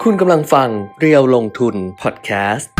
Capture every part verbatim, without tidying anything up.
คุณกำลังฟังเรียวลงทุนพอดแคสต์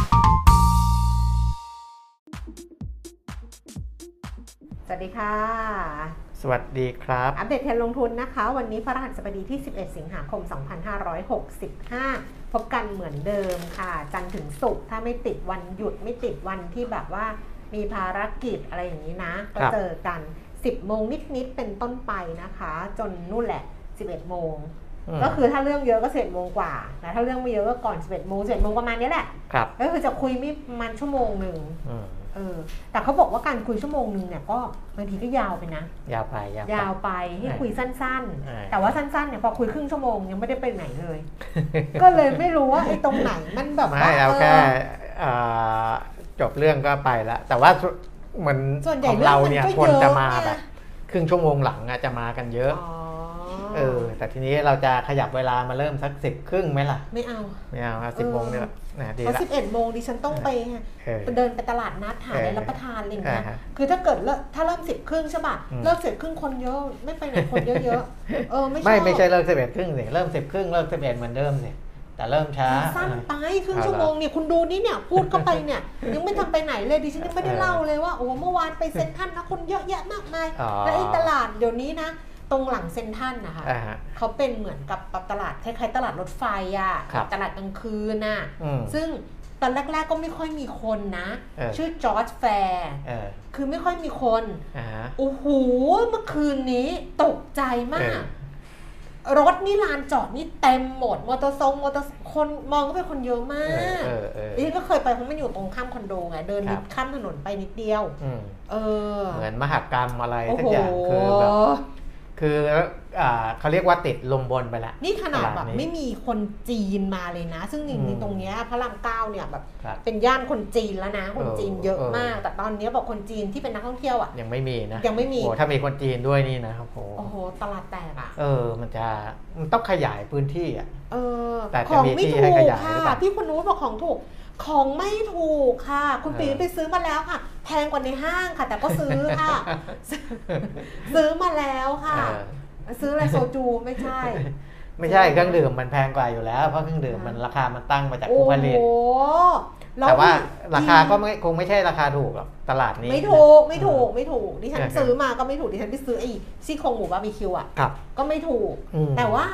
สวัสดีค่ะสวัสดีครับอัปเดตเทรนด์ลงทุนนะคะวันนี้พฤหัสบดีที่สิบเอ็ดสิงหาคมสองพันห้าร้อยหกสิบห้าพบกันเหมือนเดิมค่ะจันทร์ถึงศุกร์ถ้าไม่ติดวันหยุดไม่ติดวันที่แบบว่ามีภารกิจอะไรอย่างนี้นะก็เจอกันสิบโมงนิดๆเป็นต้นไปนะคะจนนู่นแหละสิบเอ็ดโมงก็คือถ้าเรื่องเยอะก็สิบเอ็ดโมงกว่านะถ้าเรื่องไม่เยอะก็ก่อนสิบเอ็ดโมงสิบเอ็ดโมงประมาณนี้แหละครับก็คือจะคุยไม่ประมาณชั่วโมงนึงเออแต่เขาบอกว่าการคุยชั่วโมงนึงเนี่ยก็บางทีก็ยาวไปนะยาวไปยาวไปยาวไปให้คุยสั้นๆแต่ว่าสั้นๆเนี่ยพอคุยครึ่งชั่วโมงยังไม่ได้ไปไหนเลยก็เลยไม่รู้ว่าไอ้ตรงไหนมันแบบไม่เอาแค่จบเรื่องก็ไปแล้วแต่ว่าเหมือนของเราเนี่ยคนจะมาแบบครึ่งชั่วโมงหลังจะมากันเยอะเออแต่ทีนี้เราจะขยับเวลามาเริ่มสักสิบครึ่งไหมล่ะไม่เอาไม่เอาครับสิบโมงเนี่ยนะดีละเพราะสิบเอ็ดโมงดิฉันต้องไปเดินไปตลาดนัดหาอะไรรับประทานอะไรอย่างเงี้ยคือถ้าเกิดถ้าเริ่มสิบครึ่งใช่ป่ะเริ่มสิบครึ่งคนเยอะไม่ไปไหนคนเยอะๆเออไม่ใช่ไม่ไม่ใช่เริ่มสิบเอ็ดครึ่งสิเริ่มสิบครึ่งเริ่มสิบเอ็ดเหมือนเดิมสิแต่เริ่มช้าสั้นไปครึ่งชั่วโมงเนี่ยคุณดูนี่เนี่ยพูดเข้าไปเนี่ยยังไม่ทำไปไหนเลยดิฉันยังไม่ได้เล่าเลยว่าโอ้เมื่อวานไปเซ็นทรัลนะคนเยอะแยะมากมายแล้วไอ้ตลาดเดี๋ยวนี้นะตรงหลังเซ็นทรัลนะคะเขาเป็นเหมือนกับตลาดคล้ายๆตลาดรถไฟอ่ะตลาดกลางคืนน่ะซึ่งตอนแรกๆก็ไม่ค่อยมีคนนะชื่อจอร์จแฟร์คือไม่ค่อยมีคนโอ้โหเมื่อคืนนี้ตกใจมากรถนี่ลานจอดนี่เต็มหมดมอเตอร์ทรงมอเตอร์คนมองก็เป็นคนเยอะมากนี่ก็เคยไปเพราะมันอยู่ตรงข้ามคอนโดไงเดินข้ามถนนไปนิดเดียวเออเหมือนมหกรรมอะไรสักอย่างคือแบบคือเขาเรียกว่าติดลมบนไปแล้วนี่ขนาดแบบไม่มีคนจีนมาเลยนะซึ่งจริงๆตรงนี้พระรามเก้าเนี่ยแบบเป็นย่านคนจีนแล้วนะคนจีนเยอะมากแต่ตอนนี้บอกคนจีนที่เป็นนักท่องเที่ยวอ่ะยังไม่มีนะยังไม่มีโอ้ถ้ามีคนจีนด้วยนี่นะครับโอ้โหตลาดแตกอ่ะเออมันจะมันต้องขยายพื้นที่อ่ะเออแต่จะมีที่ให้ขยายหรือเปล่าพี่คนนู้นบอกของถูกของไม่ถูกค่ะคุณปีไปซื้อมาแล้วค่ะแพงกว่าในห้างค่ะแต่ก็ซื้อค่ะซื้อมาแล้วค่ะซื้ออะไรโซจูไม่ใช่ไม่ใช่เครื่องดื่มมันแพงกว่าอยู่แล้วเพราะเครื่องดื่มมันราคามันตั้งมาจากผู้ผลิตแต่ว่าราคาก็ไม่คงไม่ใช่ราคาถูกหรอกตลาดนี้ไม่ถูกไม่ถูกไม่ถูกดิฉันซื้อมาก็ไม่ถูกดิฉันไปซื้อไอ้ซี่โครงหมูบาร์บีคิวอ่ะก็ไม่ถูกแต่ว่า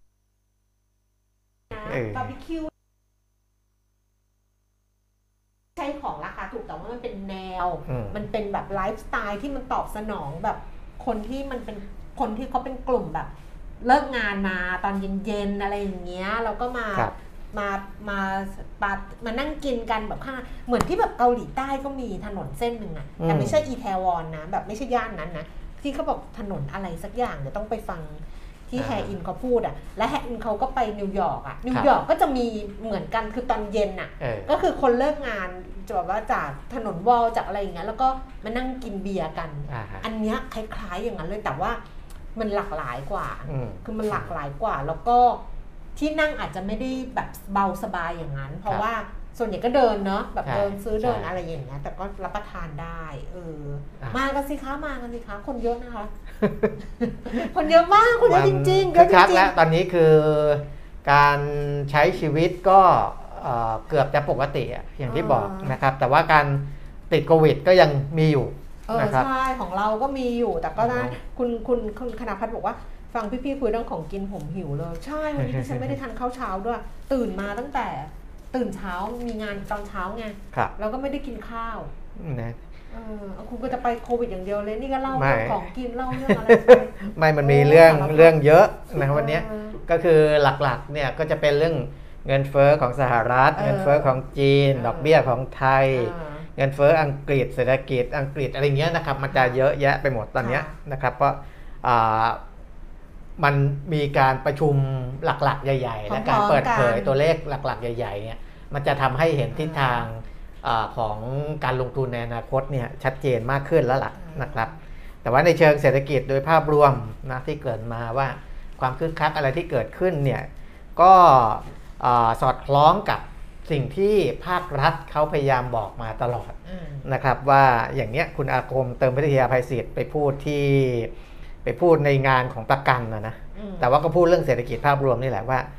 บาร์บีคิวใช่ของราคาถูกแต่ว่ามันเป็นแนวมันเป็นแบบไลฟ์สไตล์ที่มันตอบสนองแบบคนที่มันเป็นคนที่เขาเป็นกลุ่มแบบเลิกงานมาตอนเย็นๆอะไรอย่างเงี้ยแล้วก็มามามาปามานั่งกินกันแบบข้างเหมือนที่แบบเกาหลีใต้ก็มีถนนเส้นหนึ่งอะแต่ไม่ใช่อีแทวอนนะแบบไม่ใช่ย่านนั้นนะที่เขาบอกถนนอะไรสักอย่างเดี๋ยวต้องไปฟังที่แฮอินเขาพูดอ่ะและแฮอินเขาก็ไปนิวยอร์กอ่ะนิวยอร์กก็จะมีเหมือนกันคือตอนเย็นอ่ะก็คือคนเลิกงานจะแบบว่าจากถนนวอลจากอะไรอย่างเงี้ยแล้วก็มานั่งกินเบียร์กันอันเนี้ยคล้ายๆอย่างนั้นเลยแต่ว่ามันหลากหลายกว่าคือมันหลากหลายกว่าแล้วก็ที่นั่งอาจจะไม่ได้แบบเบาสบายอย่างนั้นเพราะว่าส่วนใหญ่ก็เดินเนาะแบบเดินซื้อเดินอะไรอย่างเงี้ยแต่ก็รับประทานได้เออมากันสิคะมากันสิคะคนเยอะนะคะคนเยอะมากคนเยอะจริงๆเยอะจริงๆแล้วตอนนี้คือการใช้ชีวิตก็เกือบจะปกติอย่างที่บอกนะครับแต่ว่าการติดโควิดก็ยังมีอยู่เออใช่ของเราก็มีอยู่แต่ก็นะคุณคุณคุณคณพัฒน์บอกว่าฟังพี่ๆคุยเรื่องของกินผมหิวเลยใช่วันนี้ดิฉันไม่ได้ทานข้าวเช้าด้วยตื่นมาตั้งแต่ตื่นเช้ามีงานตอนเช้าไงแล้วก็ไม่ได้กินข้าวนะเออคุณก็จะไปโควิดอย่างเดียวเลยนี่ก็เล่าเรื่องของกินเล่าเรื่องอะไรไม่มันมีเรื่องเรื่องเยอะนะวันนี้ก็คือหลักๆเนี่ยก็จะเป็นเรื่องเงินเฟ้อของสหรัฐเงินเฟ้อของจีนดอกเบี้ยของไทยเงินเฟ้ออังกฤษเศรษฐกิจอังกฤษอะไรเงี้ยนะครับมันจะเยอะแยะไปหมดตอนนี้นะครับเพราะมันมีการประชุมหลักๆใหญ่ๆและการเปิดเผยตัวเลขหลักๆใหญ่ๆเนี่ยมันจะทำให้เห็นทิศทางของการลงทุนในอนาคตเนี่ยชัดเจนมากขึ้นแล้วล่ะนะครับแต่ว่าในเชิงเศรษฐกิจโดยภาพรวมนะที่เกิดมาว่าความคึกคักอะไรที่เกิดขึ้นเนี่ยก็สอดคล้องกับสิ่งที่ภาครัฐเขาพยายามบอกมาตลอดนะครับว่าอย่างเนี้ยคุณอาคมเติมพิทยาภัยศิษย์ไปพูดที่ไปพูดในงานของประกันนะนะแต่ว่าก็พูดเรื่องเศรษฐกิจภาพรวมนี่แหละว่า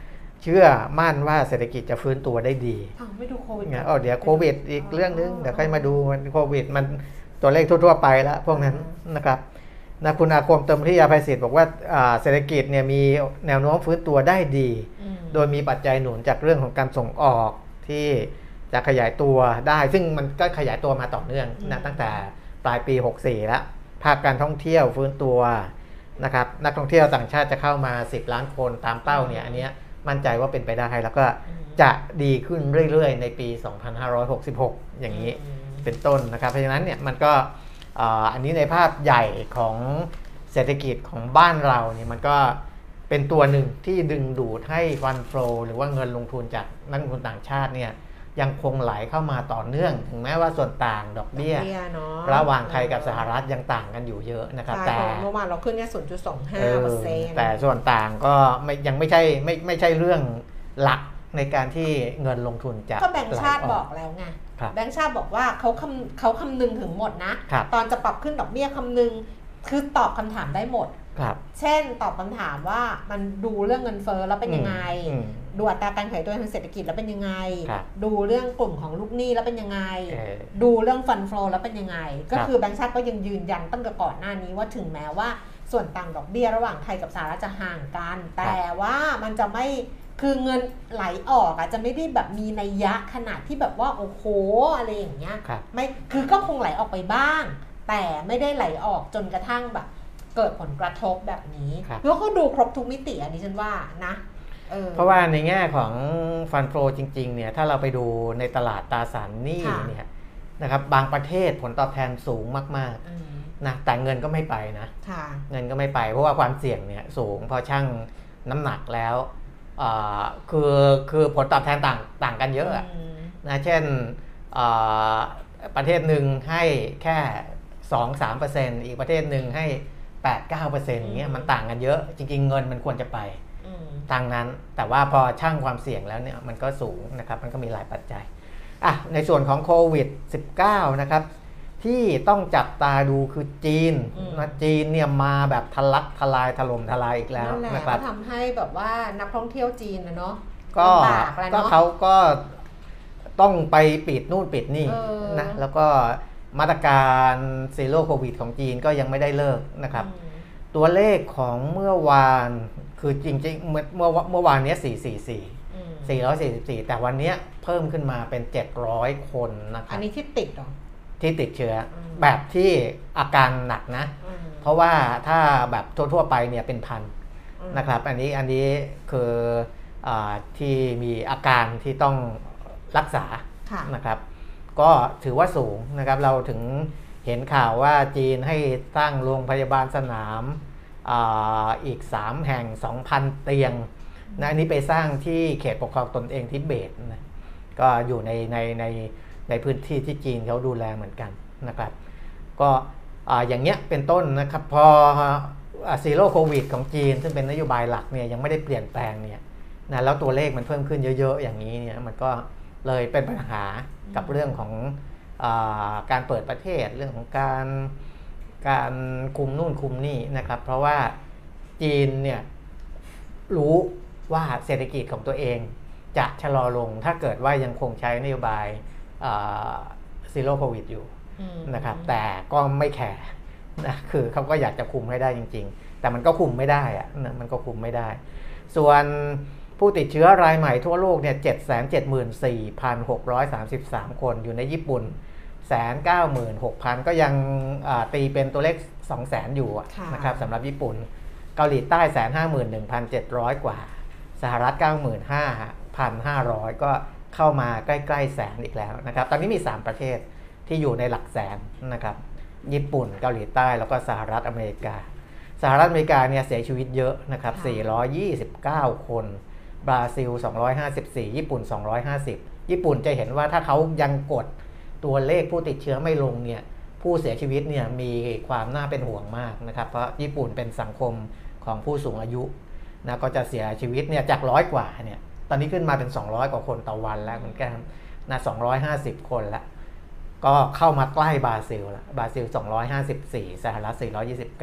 เชื่อมั่นว่าเศรษฐกิจจะฟื้นตัวได้ดีอ้าวไม่ดูโควิดอ๋อเดี๋ยวโควิดอีกเรื่องนึงเดี๋ยวค่อยมาดูมันโควิดมันตัวเลขทั่วๆไปแล้วพวกนั้นนะครับนะคุณอาคมเติมที่ยาภัยศิษย์บอกว่าเศรษฐกิจเนี่ยมีแนวโน้มฟื้นตัวได้ดีโดยมีปัจจัยหนุนจากเรื่องของการส่งออกที่จะขยายตัวได้ซึ่งมันก็ขยายตัวมาต่อเนื่องนะตั้งแต่ปลายปีหกสี่แล้วภาคการท่องเที่ยวฟื้นตัวนะครับนักท่องเที่ยวต่างชาติจะเข้ามาสิบล้านคนตามเป้าเนี่ยอันนี้มั่นใจว่าเป็นไปได้แล้วก็จะดีขึ้นเรื่อยๆในปีสองพันห้าร้อยหกสิบหกอย่างนี้เป็นต้นนะครับเพราะฉะนั้นเนี่ยมันก็อันนี้ในภาพใหญ่ของเศรษฐกิจของบ้านเราเนี่ยมันก็เป็นตัวหนึ่งที่ดึงดูดให้ฟันโฟลหรือว่าเงินลงทุนจากนักลงทุนต่างชาติเนี่ยยังคงไหลเข้ามาต่อเนื่องถึงแม้ว่าส่วนต่างดอกเบี้ยระหว่างไทยกับสหรัฐยังต่างกันอยู่เยอะนะครับแต่เมื่อวานเราขึ้นแค่ ศูนย์จุดสองห้าเปอร์เซ็นต์แต่ส่วนต่างก็ไม่ยังไม่ใช่ไม่ไม่ใช่เรื่องหลักในการที่เงินลงทุนจะก็แบงก์ชาติบอกแล้วไงแบงก์ชาติบอกว่าเขาคำเขาคำนึงถึงหมดนะตอนจะปรับขึ้นดอกเบี้ยคำนึงคือตอบคำถามได้หมดเช่นตอบคำถามว่ามันดูเรื่องเงินเฟ้อแล้วเป็นยังไงดูอัตราการขยายตัวทางเศรษฐกิจแล้วเป็นยังไงดูเรื่องกลุ่มของลูกหนี้แล้วเป็นยังไงดูเรื่องฟันโฟลแล้วเป็นยังไงก็คือแบงก์ชาติก็ยังยืนยันตั้งแต่ก่อนหน้านี้ว่าถึงแม้ว่าส่วนต่างดอกเบี้ยระหว่างไทยกับสหรัฐจะห่างกันแต่ว่ามันจะไม่คือเงินไหลออกอ่ะจะไม่ได้แบบมีนัยยะขนาดที่แบบว่าโอ้โหอะไรอย่างเงี้ยไม่คือก็คงไหลออกไปบ้างแต่ไม่ได้ไหลออกจนกระทั่งแบบเกิดผลกระทบแบบนี้แล้วก็ดูครบทุกมิติอันนี้ฉันว่านะเออเพราะว่าในแง่ของฟันโฟลจริงๆเนี่ยถ้าเราไปดูในตลาดตราสารหนี้เนี่ยนะครับบางประเทศผลตอบแทนสูงมากๆนะแต่เงินก็ไม่ไปนะเงินก็ไม่ไปเพราะว่าความเสี่ยงเนี่ยสูงพอชั่งน้ำหนักแล้วคือคือผลตอบแทนต่างต่างกันเยอะนะเช่นประเทศหนึ่งให้แค่ สองถึงสามเปอร์เซ็นต์ อีกประเทศหนึ่งให้ แปดถึงเก้าเปอร์เซ็นต์ อย่างเงี้ยมันต่างกันเยอะจริงๆเงินมันควรจะไปทางนั้นแต่ว่าพอชั่งความเสี่ยงแล้วเนี่ยมันก็สูงนะครับมันก็มีหลายปัจจัยอ่ะในส่วนของโควิด สิบเก้า นะครับที่ต้องจับตาดูคือจีนนะจีนเนี่ยมาแบบทะลักทลายถล่มทลายอีกแล้วนะครับทำให้แบบว่านักท่องเที่ยวจีนนะเนาะก็ก็เขาก็ต้องไปปิดนู่นปิดนี่นะแล้วก็มาตรการซีโร่โควิดของจีนก็ยังไม่ได้เลิกนะครับตัวเลขของเมื่อวานคือจริงๆเมื่อเมื่อเมื่อวานนี้สี่ร้อยสี่สิบสี่ สี่ร้อยสี่สิบสี่แต่วันนี้เพิ่มขึ้นมาเป็นเจ็ดร้อยคนนะครับอันนี้ที่ติดหรอที่ติดเชื้อแบบที่อาการหนักนะเพราะว่าถ้าแบบทั่วๆไปเนี่ยเป็นพันนะครับอันนี้อันนี้คืออที่มีอาการที่ต้องรักษานะครับก็ถือว่าสูงนะครับเราถึงเห็นข่าวว่าจีนให้สร้างโรงพยาบาลสนาม อ, อีกสามแห่ง สองพัน เตียงนะอันนี้ไปสร้างที่เขตปกครองตนเองทิเบตนะก็อยู่ในในในในพื้นที่ที่จีนเขาดูแลเหมือนกันนะครับก็อย่างเงี้ยเป็นต้นนะครับพอซีโร่โควิดของจีนซึ่งเป็นนโยบายหลักเนี่ยยังไม่ได้เปลี่ยนแปลงเนี่ยนะแล้วตัวเลขมันเพิ่มขึ้นเยอะๆอย่างนี้เนี่ยมันก็เลยเป็นปัญหากับเรื่องของอ่าการเปิดประเทศเรื่องของการการคุมนู่นคุมนี่นะครับเพราะว่าจีนเนี่ยรู้ว่าเศรษฐกิจของตัวเองจะชะลอลงถ้าเกิดว่ายังคงใช้นโยบายซีโร่โควิดอยู่นะครับแต่ก็ไม่แคร์นะคือเขาก็อยากจะคุมให้ได้จริงๆแต่มันก็คุมไม่ได้อะนะมันก็คุมไม่ได้ส่วนผู้ติดเชื้อรายใหม่ทั่วโลกเนี่ย เจ็ดแสนเจ็ดหมื่นสี่พันหกร้อยสามสิบสาม คนอยู่ในญี่ปุ่น หนึ่งแสนเก้าหมื่นหกพัน ก็ยังตีเป็นตัวเลข สองแสน อยู่นะครับสำหรับญี่ปุ่นเกาหลีใต้ หนึ่งแสนห้าหมื่นหนึ่งพันเจ็ดร้อย กว่าสหรัฐ เก้าหมื่นห้าพันห้าร้อย ก็เข้ามาใกล้ๆแสนอีกแล้วนะครับตอนนี้มีสามประเทศที่อยู่ในหลักแสนนะครับญี่ปุ่นเกาหลีใต้แล้วก็สหรัฐอเมริกาสหรัฐอเมริกาเนี่ยเสียชีวิตเยอะนะครับสี่ร้อยยี่สิบเก้าคนบราซิลสองร้อยห้าสิบสี่ญี่ปุ่นสองร้อยห้าสิบญี่ปุ่นจะเห็นว่าถ้าเขายังกดตัวเลขผู้ติดเชื้อไม่ลงเนี่ยผู้เสียชีวิตเนี่ยมีความน่าเป็นห่วงมากนะครับเพราะญี่ปุ่นเป็นสังคมของผู้สูงอายุนะก็จะเสียชีวิตเนี่ยจากร้อยกว่าเนี่ยตอนนี้ขึ้นมาเป็นสองร้อยกว่าคนต่อวันแล้วเหมือนกันนะสองร้อยห้าสิบคนละก็เข้ามาใกล้บราซิลละบราซิลสองร้อยห้าสิบสี่สหรัฐสี่ร้อยยี่สิบเก้า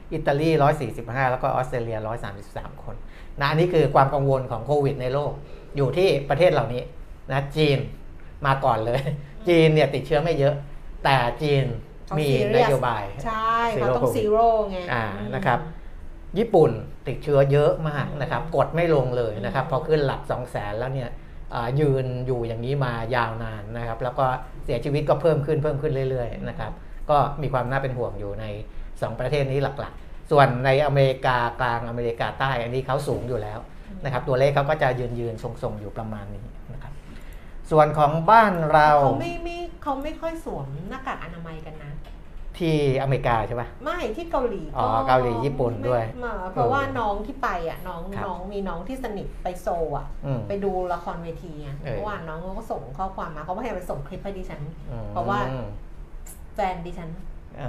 อิตาลีหนึ่งร้อยสี่สิบห้าแล้วก็ออสเตรเลียหนึ่งร้อยสามสิบสามคนนะอันนี้คือความกังวลของโควิดในโลกอยู่ที่ประเทศเหล่านี้นะจีนมาก่อนเลยจีนเนี่ยติดเชื้อไม่เยอะแต่จีนมีนโยบายใช่เขาต้องซีโร่ไงอ่านะครับญี่ปุ่นติดเชื้อเยอะมากนะครับกดไม่ลงเลยนะครับพอขึ้นหลักสองแสนแล้วเนี่ยยืนอยู่อย่างนี้มายาวนานนะครับแล้วก็เสียชีวิตก็เพิ่มขึ้นเพิ่มขึ้นเรื่อยๆนะครับก็มีความน่าเป็นห่วงอยู่ในสองประเทศนี้หลักๆส่วนในอเมริกากลางอเมริกาใต้อันนี้เขาสูงอยู่แล้วนะครับตัวเลขเขาก็จะยืนยืนทรงๆอยู่ประมาณนี้นะครับส่วนของบ้านเราเขาไม่ไม่เขาไม่ค่อยสวมหน้ากากอนามัยกันนะที่อเมริกาใช่ปะไม่ที่เกาหลีอ๋อเกาหลีญี่ปุ่นด้วยเพราะว่าน้องที่ไปอ่ะน้องน้องมีน้องที่สนิทไปโซอ่ะไปดูละครเวทีอ่ะเมื่อวานน้องก็ส่งข้อความมาเขาพยายามไปส่งคลิปให้ดิฉันเพราะว่าแฟนดิฉัน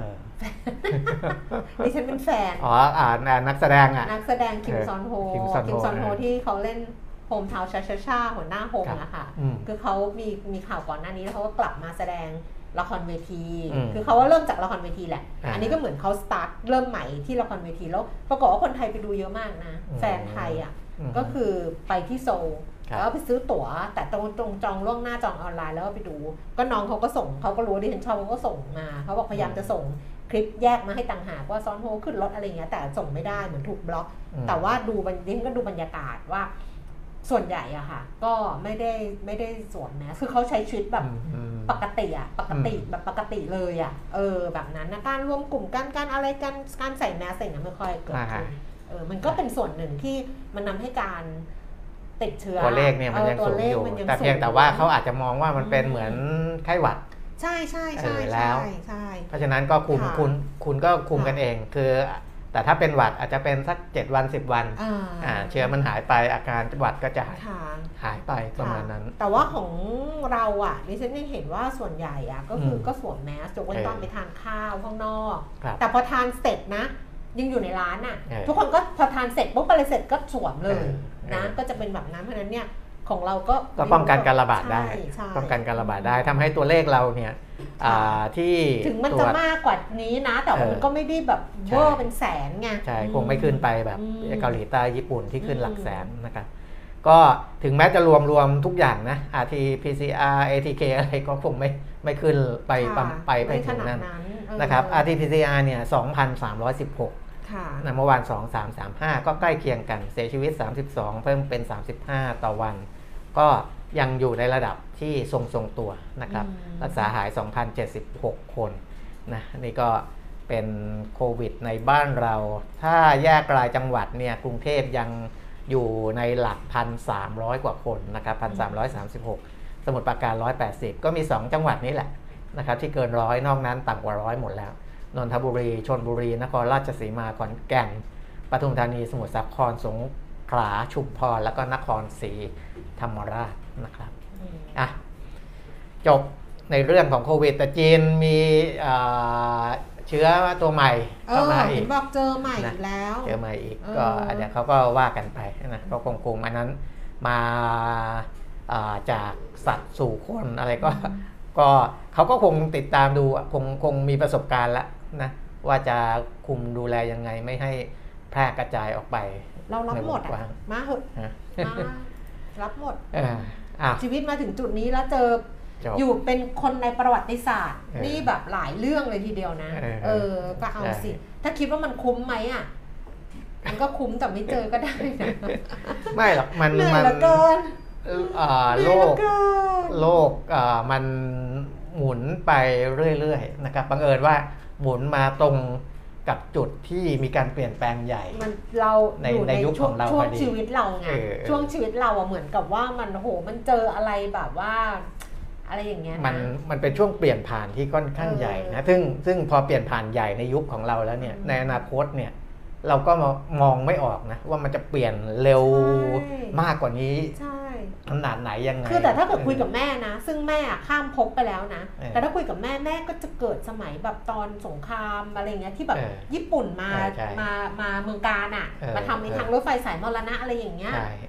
ดิฉันเป็นแฟนอ๋ออ่านักแสดงอ่ะนักแสดงคิมซอนโฮคิมซอนโฮที่เขาเล่นโฮมทาวน์ชาชาชาหัวหน้าโฮมอะค่ะคือเขามีมีข่าวก่อนหน้านี้แล้วเขาก็กลับมาแสดงละครเวทีคือเขาว่าเริ่มจากละครเวทีแหละอันนี้ก็เหมือนเขาสตาร์ทเริ่มใหม่ที่ละครเวทีแล้วปรากฏว่าคนไทยไปดูเยอะมากนะแฟนไทยอ่ะก็คือไปที่โซลแล้วไปซื้อตั๋วแต่ตรงตรงจองล่วงหน้าจองออนไลน์แล้วก็ไปดูก็น้องเขาก็ส่งเขาก็รู้ดิฉันชอบเขาก็ส่งมาเขาบอกพยายามจะส่งคลิปแยกมาให้ต่างหากว่าซอนโฮขึ้นรถอะไรเงี้ยแต่ส่งไม่ได้เหมือนถูกบล็อกแต่ว่าดูมันดิฉันก็ดูบรรยากาศว่าส่วนใหญ่อะค่ะก็ไม่ได้ไม่ได้สวมแมสคือเขาใช้ชีวิตแบบปกติอะปกติแบบปกติเลยอะเออแบบนั้นนะการรวมกลุ่มกันการอะไรกันการใส่แมสอะไรเนี่ยไม่ค่อยเกิดขึ้นเออมันก็เป็นส่วนหนึ่งที่มันทำให้การติดเชื้อตัวเลขเนี่ยมันยังสูงอยู่แต่เพียงแต่ว่าเขาอาจจะมองว่ามันเป็นเหมือนไข้หวัดใช่ใช่ใช่แล้วเพราะฉะนั้นก็คุมคุณคุณก็คุมกันเองคือแต่ถ้าเป็นหวัดอาจจะเป็นสักเจ็ดวันสิบวันอ่าเชื้อมันหายไปอาการหวัดก็จะหายหายไปประมาณนั้นแต่ว่าของเราอ่ะดิฉันยังเห็นว่าส่วนใหญ่อ่ะก็คือก็สวมแมสยกเว้นตอนไปทานข้าวข้างนอกแต่พอทานเสร็จนะยังอยู่ในร้านอ่ะทุกคนก็พอทานเสร็จปุ๊บอะไรเสร็จก็สวมเลยนะก็จะเป็นแบบนั้นเพราะนั้นเนี่ยของเราก็ก็ป้องกันการระบาดได้ป้องกันการระบาดได้ทำให้ตัวเลขเราเนี่ยที่ถึงมันจะมากกว่านี้นะแต่มันก็ไม่ได้แบบเวอร์เป็นแสนไงใช่คงไม่ขึ้นไปแบบเกาหลีใต้ญี่ปุ่นที่ขึ้นหลักแสนนะครับก็ถึงแม้จะรวมรวมทุกอย่างนะ อาร์ ที พี ซี อาร์ เอ ที เค อะไรก็คงไม่ไม่ขึ้นไปไปไปถึงนั้นนะครับ อาร์ ที พี ซี อาร์ เนี่ย สองพันสามร้อยสิบหก นะเมื่อวานสองพันสามร้อยสามสิบห้าก็ใกล้เคียงกันเสียชีวิตสามสิบสองเพิ่มเป็นสามสิบห้าต่อวันก็ยังอยู่ในระดับที่ทรงๆตัวนะครับรักษาหาย สองพันเจ็ดสิบหก คนนะนี่ก็เป็นโควิดในบ้านเราถ้าแยกรายจังหวัดเนี่ยกรุงเทพยังอยู่ในหลัก หนึ่งพันสามร้อย กว่าคนนะครับ หนึ่งพันสามร้อยสามสิบหก สมุทรปราการหนึ่งร้อยแปดสิบก็มีสองจังหวัดนี้แหละนะครับที่เกินร้อยนอกนั้นต่ำกว่าร้อยหมดแล้วนนทบุรีชลบุรีนครราชสีมาขอนแก่นปทุมธานีสมุทรสาครสงขลาชุมพรแล้วก็นครศรีธรรมราชนะครับอ่ะจบในเรื่องของโควิดแต่จีนมีเชื้อตัวใหม่เข้ามาอีกบอกเจอใหม่อีกแล้วเจอใหม่อีกก็เดี๋ยวเขาก็ว่ากันไปนะก็คงคงอันนั้นมาจากสัตว์สู่คนอะไรก็ก็เขาก็คงติดตามดูคงคงมีประสบการณ์แล้วนะว่าจะคุมดูแลยังไงไม่ให้แพร่กระจายออกไปเรารับหมดอ่ะมาเหอะมารับหมดชีวิตมาถึงจุดนี้แล้วเจออยู่เป็นคนในประวัติศาสตร์นี่แบบหลายเรื่องเลยทีเดียวนะเออก็เอาสิถ้าคิดว่ามันคุ้มไหมอ่ะมันก็คุ้มแต่ไม่เจอก็ได้นะไม่หรอกมันมันโลกโลกมันหมุนไปเรื่อยๆนะครับบังเอิญว่าหมุนมาตรงกับจุดที่มีการเปลี่ยนแปลงใหญ่มันเราอยู่ในยุคของเราช่วงชีวิตเราไงช่วงชีวิตเราอะเหมือนกับว่ามันโหมันเจออะไรแบบว่าอะไรอย่างเงี้ยมันมันเป็นช่วงเปลี่ยนผ่านที่ค่อนข้างใหญ่นะซึ่งซึ่งพอเปลี่ยนผ่านใหญ่ในยุคของเราแล้วเนี่ยในอนาคตเนี่ยเราก็มองไม่ออกนะว่ามันจะเปลี่ยนเร็วมากกว่านี้ขนาดไหนยังไงคือแต่ถ้าเกิดคุยกับแม่นะซึ่งแม่ข้ามภพไปแล้วนะแต่ถ้าคุยกับแม่แม่ก็จะเกิดสมัยแบบตอนสงครามอะไรเงี้ยที่แบบญี่ปุ่นมามามาเมืองกาญอ่ะมาทำในทางรถไฟสายมรณะอะไรอย่างเงี้ย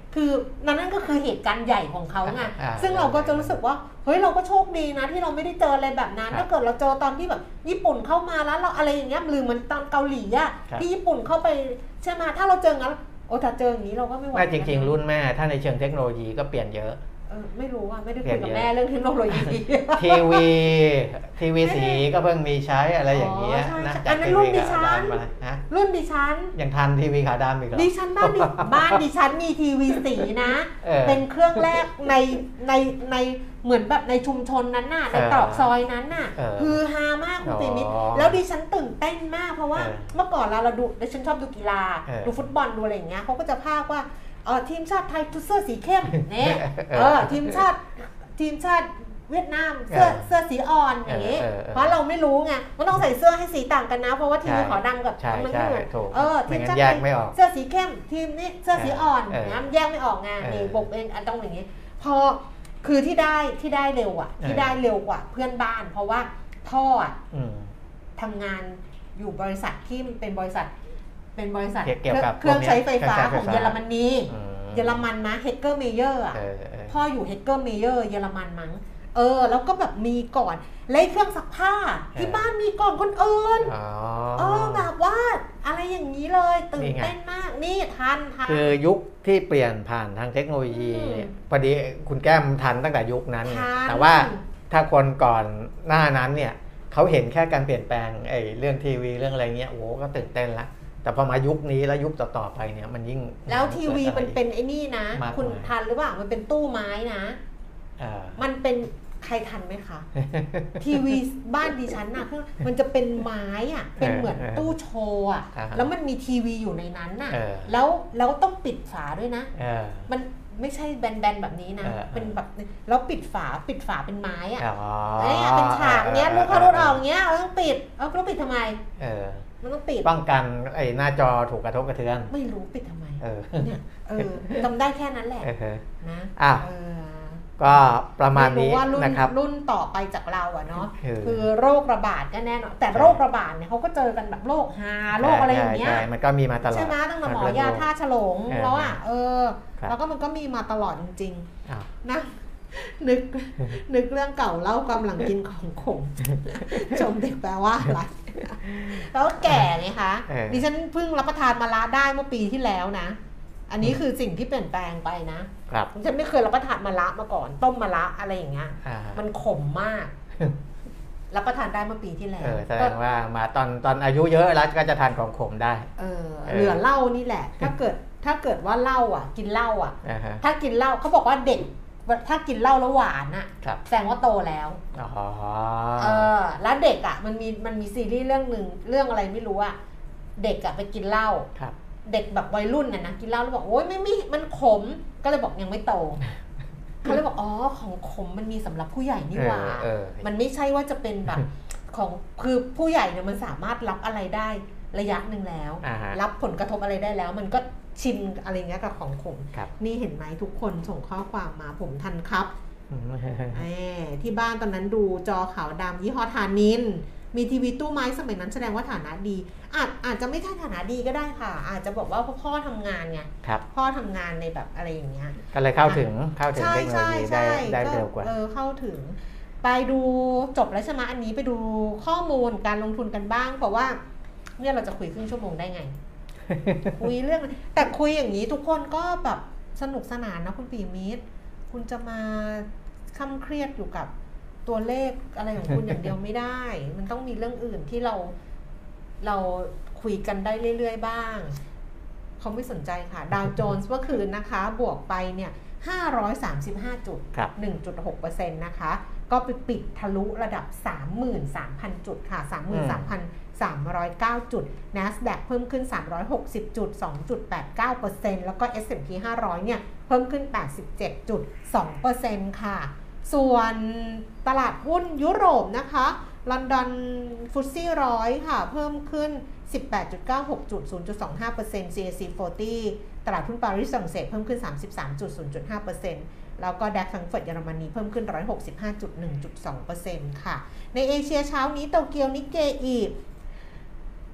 คือนั่นก็คือเหตุการณ์ใหญ่ของเขาไงซึ่งเราก็จะรู้สึกว่าเฮ้ยเราก็โชคดีนะที่เราไม่ได้เจออะไรแบบนั้นถ้าเกิดเราเจอตอนที่แบบญี่ปุ่นเข้ามาแล้วเราอะไรอย่างเงี้ยหรือเหมือนตอนเกาหลีอะที่ญี่ปุ่นเข้าไปใช่ไหมถ้าเราเจองั้นโอ้ถ้าเจออย่างนี้เราก็ไม่ไหวไม่จริงๆรุ่นแม่ถ้าในเชิงเทคโนโลยีก็เปลี่ยนเยอะเออไม่รู้อ่ะไม่ได้คุยกับแม่เรื่องเทคโนโลยีทีวีทีวีสีก็เพิ่งมีใช้อะไรอย่างเงี้ยนะอันนั้นรุ่นดิฉันรุ่นดิฉันยังทันทีวีขาวดำอีกเหรอดิฉันบ้านดิบ้านดิฉันมีทีวีสีนะเป็นเครื่องแรกในในในเหมือนแบบในชุมชนนั้นน่ะในตรอกซอยนั้นน่ะคือฮามากคุณปิมิตรแล้วดิฉันตื่นเต้นมากเพราะว่าเมื่อก่อนเราเราดูดิฉันชอบดูกีฬาดูฟุตบอลดูอะไรอย่างเงี้ยเขาก็จะพากว่าเออทีมชาติไทยเสื้อสีเข้มเนี่ยเออทีมชาติทีมชาติเวียดนามเสื้อเสื้อสีอ่อนอย่างงี้เพราะเราไม่รู้ไงว่าต้องใส่เสื้อให้สีต่างกันนะเพราะว่าทีมขาวดำกับมันไม่เหมือนเออทีมชาติไทยเสื้อสีเข้มทีมนี้เสื้อสีอ่อนนะแยกไม่ออกไงนี่บอกเองอันต้องอย่างงี้พอคือที่ได้ที่ได้เร็วอ่ะที่ได้เร็วกว่าเพื่อนบ้านเพราะว่าพ่อทำงานอยู่บริษัทที่เป็นบริษัทเป็นบริษัทเครื่องใช้ไฟฟ้าของเยอรมนีเยอรมันนะเฮกเกอร์เมเยอร์อ่ะพ่ออยู่เฮกเกอร์เมเยอร์เยอรมันมั้งเออแล้วก็แบบมีก่อนและเครื่องซักผ้าที่บ้านมีก่อนคนอื่นเออแบบว่าอะไรอย่างนี้เลยตื่นเต้นมากนี่ทันทันคือยุคที่เปลี่ยนผ่านทางเทคโนโลยีพอดีคุณแก้มทันตั้งแต่ยุคนั้นแต่ว่าถ้าคนก่อนหน้านั้นเนี่ยเขาเห็นแค่การเปลี่ยนแปลงไอ้เรื่องทีวีเรื่องอะไรเงี้ยโอ้ก็ตื่นเต้นละแต่พอมายุคนี้แล้วยุคต่อๆไปเนี่ยมันยิ่งแล้วทีวีมันเป็นไอ้นี่นะคุณทันหรือเปล่ามันเป็นตู้ไม้นะมันเป็นใครทันไหมคะทีวีบ้านดิฉันน่ะมันจะเป็นไม้อ่ะเป็นเหมือนตู้โชว์อ่ะแล้วมันมีทีวีอยู่ในนั้นน่ะแล้วแล้วต้องปิดฝาด้วยนะมันไม่ใช่แบนๆแบบนี้นะเป็นแบบแล้วปิดฝาปิดฝาเป็นไม้อ่ะเนี่ยเป็นฉากเนี้ยลูกเข้ารถออกเงี้ยต้องปิดเออต้องปิดทำไมมันต้องปิดป้องกันไอ้หน้าจอถูกกระทบกระเทือนไม่รู้ปิดทำไมเนี่ยเออจำได้แค่นั้นแหละนะอ่ะก็ประมาณนี้นะครับรุ่นต่อไปจากเราอะเนาะคือโรคระบาดก็แน่นอนแต่โรคระบาดเนี่ยเขาก็เจอกันแบบโรคฮาโรคอะไรอย่างเงี้ยมันก็มีมาตลอดใช่ไหมตั้งแต่หมอยาท่าฉลงแล้วอะเออแล้วก็มันก็มีมาตลอดจริงๆนะนึกนึกเรื่องเก่าเล่ากำลังกินของขมชมเด็กแปลว่าอะไรแล้วแก่ไงคะดิฉันเพิ่งรับประทานมะระได้เมื่อปีที่แล้วนะอันนี้คือสิ่งที่เปลี่ยนแปลงไปนะฉันไม่เคยรับประทานมะระมาก่อนต้มมะระอะไรอย่างเงี้ยมันขมมากรับประทานได้เมื่อปีที่แล้วแสดงว่ามาตอนตอนอายุเยอะแล้วก็จะทานของขมได้เออเหลือเหล้านี่แหละถ้าเกิดถ้าเกิดว่าเหล้าอ่ะกินเหล้าอ่ะถ้ากินเหล้าเขาบอกว่าเด็กถ้ากินเหล้าแล้วหวานอ่ะแสดงว่าโตแล้วเออแล้วเด็กอ่ะมันมีมันมีซีรีส์เรื่องหนึ่งเรื่องอะไรไม่รู้อ่ะเด็กอ่ะไปกินเหล้าเด็กแบบวัยรุ่นน่ะนะกินเหล้าแล้วบอกโอ๊ยไม่ไม่มันขมก็เลยบอกยังไม่โตเขาเลยบอกอ๋อของขมมันมีสำหรับผู้ใหญ่นี่หว่ามันไม่ใช่ว่าจะเป็นแบบของคือผู้ใหญ่เนี่ยมันสามารถรับอะไรได้ระยะหนึ่งแล้วรับผลกระทบอะไรได้แล้วมันก็ชินอะไรเงี้ยกับของขมนี่เห็นไหมทุกคนส่งข้อความมาผมทันครับที่บ้านตอนนั้นดูจอขาวดำยี่ห้อธานินมีทีวีตู้ไม้สมัยนั้นแสดงว่าฐานะดีอาจอาจจะไม่ใช่ฐานะดีก็ได้ค่ะอาจจะบอกว่าพ่อทำงานไงพ่อทำงานในแบบอะไรอย่างเงี้ยก็เลยเข้าถึงเข้าถึงเทคโนโลยีได้ได้เร็วกว่าเออเข้าถึงไปดูจบแล้วใช่ไหมอันนี้ไปดูข้อมูลการลงทุนกันบ้างเพราะว่าเนี่ยเราจะคุยครึ่งชั่วโมงได้ไง คุยเรื่องแต่คุยอย่างนี้ทุกคนก็แบบสนุกสนานนะคุณปีมิตรคุณจะมาค่ำเครียดอยู่กับตัวเลขอะไรของคุณอย่างเดียวไม่ได้มันต้องมีเรื่องอื่นที่เราเราคุยกันได้เรื่อยๆบ้างเขาไม่สนใจค่ะดาวโจนส์เมื่อคืนนะคะบวกไปเนี่ยห้าร้อยสามสิบห้าจุด หนึ่งจุดหกเปอร์เซ็นต์ นะคะก็ไปปิดทะลุระดับ สามหมื่นสามพัน จุดค่ะ สามหมื่นสามพันสามร้อยเก้า จุด NASDAQ เพิ่มขึ้นสามร้อยหกสิบจุด สองจุดแปดเก้าเปอร์เซ็นต์ แล้วก็ เอส แอนด์ พี ห้าร้อยเนี่ยเพิ่มขึ้น แปดสิบเจ็ดจุดสองเปอร์เซ็นต์ ค่ะส่วนตลาดหุ้นยุโรปนะคะลอนดอนฟุตซี่หนึ่งร้อยค่ะเพิ่มขึ้น สิบแปดจุดเก้าหก จุด ศูนย์จุดสองห้าเปอร์เซ็นต์ ซี เอ ซี สี่สิบตลาดหุ้นปารีสฝรั่งเศสเพิ่มขึ้น สามสิบสามจุดศูนย์ห้าเปอร์เซ็นต์ แล้วก็ดัคfrankfurtเยอรมนีเพิ่มขึ้น หนึ่งร้อยหกสิบห้าจุดหนึ่ง สองเปอร์เซ็นต์ ค่ะในเอเชียเช้านี้โตเกียวนิกเกอิ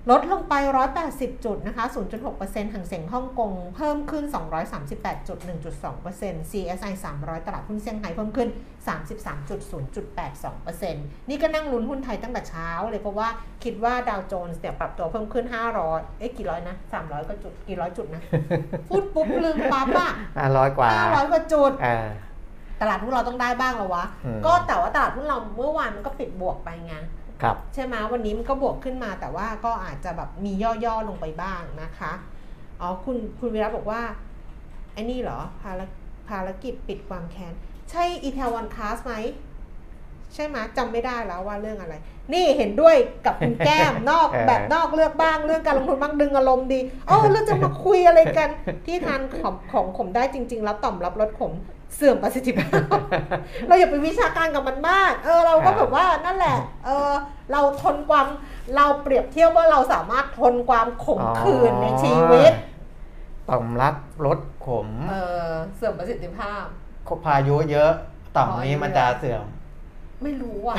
ลดลงไปหนึ่งร้อยแปดสิบจุดนะคะ ศูนย์จุดหกเปอร์เซ็นต์ หางเส็งฮ่องกงเพิ่มขึ้น สองร้อยสามสิบแปดจุด หนึ่งจุดสองเปอร์เซ็นต์ ซี เอส ไอ สามร้อยตลาดหุ้นเซี่ยงไฮ้เพิ่มขึ้น สามสิบสามจุดศูนย์จุดแปดสองเปอร์เซ็นต์ นี่ก็นั่งลุ้นหุ้นไทยตั้งแต่เช้าเลยเพราะว่าคิดว่าดาวโจนส์เนี่ยปรับตัวเพิ่มขึ้นห้าร้อยเอ๊ะกี่ร้อยนะสามร้อยกว่าจุดกี่ร้อยจุดนะ พูดปุ๊บลืมปั๊บอ่ะห้าร้อยกว่าห้าร้อยกว่าจุดตลาดหุ้นเราต้องได้บ้างแล้ววะก็แต่ว่าตลาดหุ้นเราเมื่อวานมันก็ปิดบวกไปไงใช่ไหมวันนี้มันก็บวกขึ้นมาแต่ว่าก็อาจจะแบบมีย่อๆลงไปบ้างนะคะอ๋อคุณคุณวีระบอกว่าไอ้นี่เหรอภารภารกิจปิดความแค้นใช่อีเทวอนคลาสไหมใช่ไหมจำไม่ได้แล้วว่าเรื่องอะไรนี่เห็นด้วยกับคุณแก้ม นอกแบบนอกเลือกบ้างเรื่องการลงทุนบ้างดึงอารมณ์ดีอ๋อเราจะมาคุยอะไรกันที่ทานของของขมได้จริงๆแล้วต่อมรับรสขมเสื่อมประสิทธิภาพ เราอย่าไปวิชาการกับมันมากเออเราก็แบบว่านั่นแหละเออเราทนความเราเปรียบเทียบว่าเราสามารถทนความขมขื่นในชีวิตต่อมรับรสขมเออเสื่อมประสิทธิภาพพายุเยอะต่อมนี้มันจะเสื่อมไม่รู้อ่ะ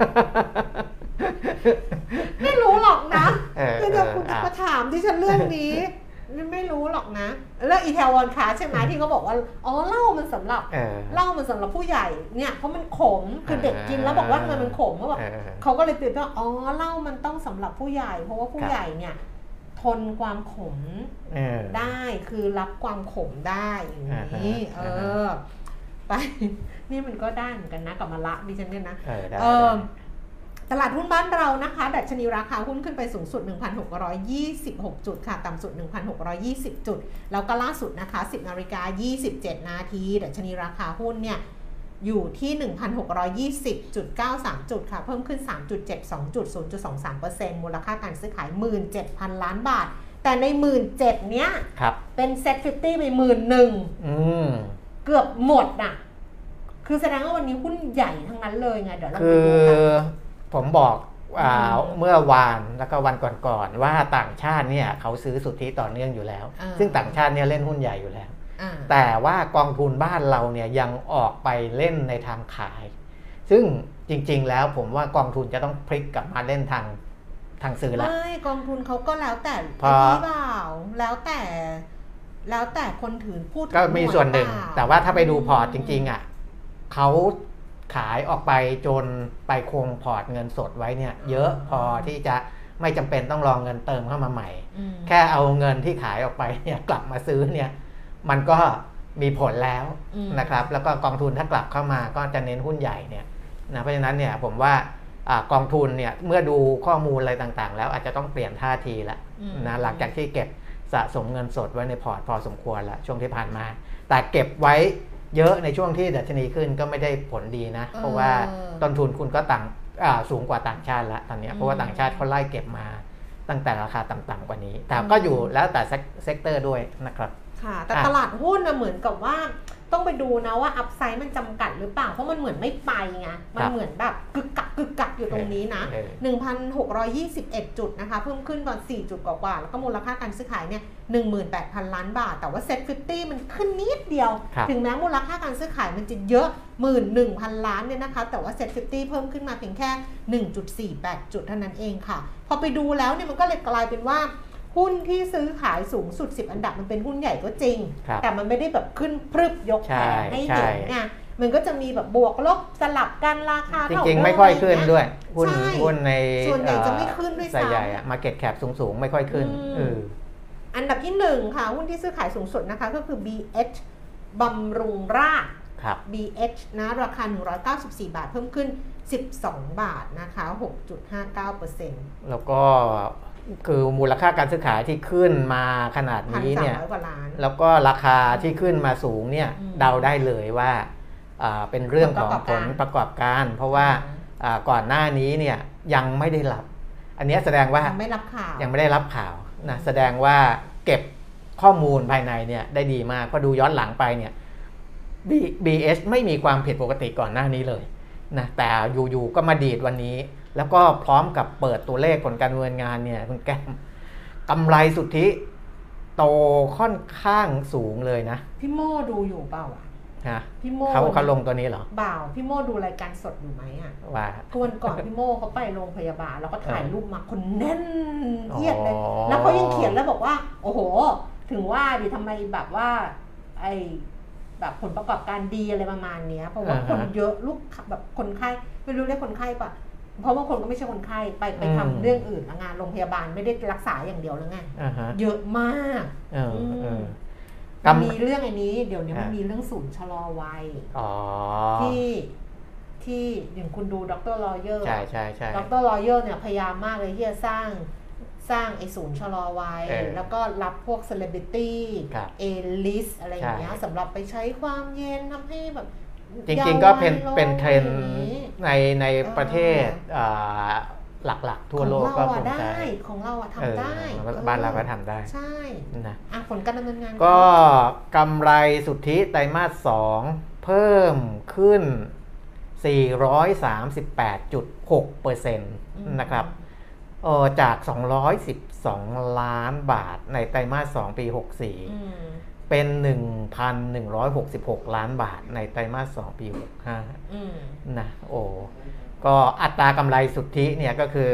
ไม่รู้หรอกนะคือจะคุณจะมาถามที่ฉันเรื่องนี้ไม่รู้หรอกนะแล้วอีเทวอนคลาสใช่ไหมที่เขาบอกว่าอ๋อเหล้ามันสำหรับเหล้ามันสำหรับผู้ใหญ่เนี่ยเพราะมันขมคือเด็กกินแล้วบอกว่าทำไมมันขมเขาบอกเขาก็เลยเปรียบว่าอ๋อเหล้ามันต้องสำหรับผู้ใหญ่เพราะว่าผู้ใหญ่เนี่ยทนความขมได้คือรับความขมได้อย่างนี้เออไปนี่มันก็ได้เหมือนกันนะกับมะละดิฉันเนี่ยนะเออตลาดหุ้นบ้านเรานะคะดัชนีราคาหุ้นขึ้นไปสูงสุด หนึ่งพันหกร้อยยี่สิบหก จุดค่ะต่ำสุด หนึ่งพันหกร้อยยี่สิบ จุดแล้วก็ล่าสุดนะคะ สิบนาฬิกายี่สิบเจ็ดนาทีดัชนีราคาหุ้นเนี่ยอยู่ที่ หนึ่งพันหกร้อยยี่สิบจุดเก้าสาม จุดค่ะเพิ่มขึ้น สามจุดเจ็ดสอง จุด ศูนย์จุดสองสามเปอร์เซ็นต์ มูลค่าการซื้อขาย หนึ่งหมื่นเจ็ดพัน ล้านบาทแต่ใน หนึ่งหมื่นเจ็ดพัน เนี้ยเป็นเซ็ตห้าสิบไป หนึ่งหมื่นหนึ่งพัน อืมเกือบหมดน่ะคือแสดงว่าวันนี้หุ้นใหญ่ทั้งนั้นเลยไงเดี๋ยวเราไปดูกันคือผมบอกเมื่อวานแล้วก็วันก่อนๆว่าต่างชาติเนี่ยเขาซื้อสุทธิต่อเนื่องอยู่แล้วซึ่งต่างชาติเนี่ยเล่นหุ้นใหญ่อยู่แล้วแต่ว่ากองทุนบ้านเราเนี่ยยังออกไปเล่นในทางขายซึ่งจริงๆแล้วผมว่ากองทุนจะต้องพลิกกลับมาเล่นทางทางซื้อแล้วไม่กองทุนเขาก็แล้วแต่ที่เปล่าแล้วแต่แล้วแต่คนถือพูดก็มีส่วนหนึ่งแต่ว่าถ้าไปดูพอร์ตจริงๆอ่ะเขาขายออกไปจนไปคงพอร์ตเงินสดไว้เนี่ยเยอะพอที่จะไม่จำเป็นต้องรองเงินเติมเข้ามาใหม่แค่เอาเงินที่ขายออกไปเนี่ยกลับมาซื้อเนี่ยมันก็มีผลแล้วนะครับแล้วก็กองทุนถ้ากลับเข้ามาก็จะเน้นหุ้นใหญ่เนี่ยนะเพราะฉะนั้นเนี่ยผมว่ากองทุนเนี่ยเมื่อดูข้อมูลอะไรต่างๆแล้วอาจจะต้องเปลี่ยนท่าทีละนะหลังจากที่เก็บสะสมเงินสดไว้ในพอร์ตพอสมควรละช่วงที่ผ่านมาแต่เก็บไว้เยอะในช่วงที่ดัชนีขึ้นก็ไม่ได้ผลดีนะเพราะว่าต้นทุนคุณก็ต่างสูงกว่าต่างชาติแล้วตอนนี้เพราะว่าต่างชาติเขาไล่เก็บมาตั้งแต่ราคาต่ำๆกว่านี้แต่ก็อยู่แล้วแต่เซกเตอร์ด้วยนะครับค่ะแต่ตลาดหุ้นเหมือนกับว่าต้องไปดูนะว่าอัพไซด์มันจำกัดหรือเปล่าเพราะมันเหมือนไม่ไปไงมันเหมือนแบบกึกกักกึกกักอยู่ตรงนี้นะ หนึ่งพันหกร้อยยี่สิบเอ็ด จุดนะคะเพิ่มขึ้นตอนสี่จุดกว่าๆแล้วก็มูลค่าการซื้อขายเนี่ย หนึ่งหมื่นแปดพัน ล้านบาทแต่ว่าเซ็ตห้าสิบมันขึ้นนิดเดียวถึงแม้มูลค่าการซื้อขายมันจะเยอะ หนึ่งหมื่นหนึ่งพัน ล้านเนี่ยนะคะแต่ว่าเซ็ตห้าสิบเพิ่มขึ้นมาเพียงแค่ หนึ่งจุดสี่แปด จุดเท่านั้นเองค่ะพอไปดูแล้วเนี่ยมันก็เลยกลายเป็นว่าหุ้นที่ซื้อขายสูงสุดสิบอันดับมันเป็นหุ้นใหญ่ก็จริงแต่มันไม่ได้แบบขึ้นพรึบยกแผงให้เห็นไงมันก็จะมีแบบบวกลบสลับกันราคาจริงๆไม่ค่อยขึ้นด้วยหุ้นหุ้นในส่วนใหญ่จะไม่ขึ้นด้วยซ้ำใหญ่อะ market cap สูงๆไม่ค่อยขึ้นเอออันดับที่หนึ่งค่ะหุ้นที่ซื้อขายสูงสุดนะคะก็คือ บี เอช บำรุงราษฎร์ บี เอช นะราคาหนึ่งร้อยเก้าสิบสี่บาทเพิ่มขึ้นสิบสองบาทนะคะ หกจุดห้าเก้าเปอร์เซ็นต์แล้วก็คือมูลค่าการซื้อขายที่ขึ้นมาขนาดนี้เนี่ยแล้วก็ราคาที่ขึ้นมาสูงเนี่ยเดาได้เลยว่าเป็นเรื่องของผลประกอบการเพราะว่าก่อนหน้านี้เนี่ยยังไม่ได้รับอันนี้แสดงว่ายังไม่รับข่าวยังไม่ได้รับข่าวนะแสดงว่าเก็บข้อมูลภายในเนี่ยได้ดีมากพอดูย้อนหลังไปเนี่ย บี เอช ไม่มีความผิดปกติก่อนหน้านี้เลยนะแต่อยู่ๆก็มาดีดวันนี้แล้วก็พร้อมกับเปิดตัวเลขผลการดำเนินงานเนี่ยคุณแก้มกำไรสุทธิโตค่อนข้างสูงเลยนะพี่โม่ดูอยู่เปล่าอ่ะพี่โมเขาเขาลงตัวนี้เหรอบ่าวพี่โมดูรายการสดอยู่ไหมอ่ะว่าวันก่อนพี่โมเขาไปโรงพยาบาลแล้วก็ถ่ายรูปมาคนแน่นเอียดเลยแล้วเขายังเขียนแล้วบอกว่าโอ้โหถึงว่าดิทำไมแบบว่าไอแบบผลประกอบการดีอะไรประมาณนี้เพราะว่าคนเยอะลูกแบบคนไข้ไม่รู้เรียกคนไข้ปะเพราะว่าคนก็ไม่ใช่คนไข้ไปไปทำเรื่องอื่นงานโรงพยาบาลไม่ได้รักษาอย่างเดียวแล้วไงเยอะมากมีเรื่องอันนี้เดี๋ยวนี้มันมีเรื่องศูนย์ชะลอวัยที่ที่อย่างคุณดูด็อกเตอร์ลอเยอร์ใช่ใช่ใช่ด็อกเตอร์ลอเยอร์เนี่ยพยายามมากเลยที่จะสร้างสร้างไอ้ศูนย์ชะลอวัยแล้วก็รับพวกเซเลบริตี้เอลิสอะไรอย่างเงี้ยสำหรับไปใช้ความเย็นทำให้แบบจริงๆก็เป็นเป็นเทรนด์ในในประเทศหลักๆทั่วโลกก็คงได้ของเราทำได้บ้านเราก็ทำได้ใช่นะผลการดำเนินงานก็กำไรสุทธิไตรมาสสองเพิ่มขึ้น สี่ร้อยสามสิบแปดจุดหกเปอร์เซ็นต์ นะครับเออจากสองร้อยสิบสองล้านบาทในไตรมาสสองปีหกสิบสี่เป็น หนึ่งพันหนึ่งร้อยหกสิบหก ล้านบาทในไตรมาสสองปีหกสิบห้านะโอ้ก็อัตรากำไรสุทธิเนี่ยก็คือ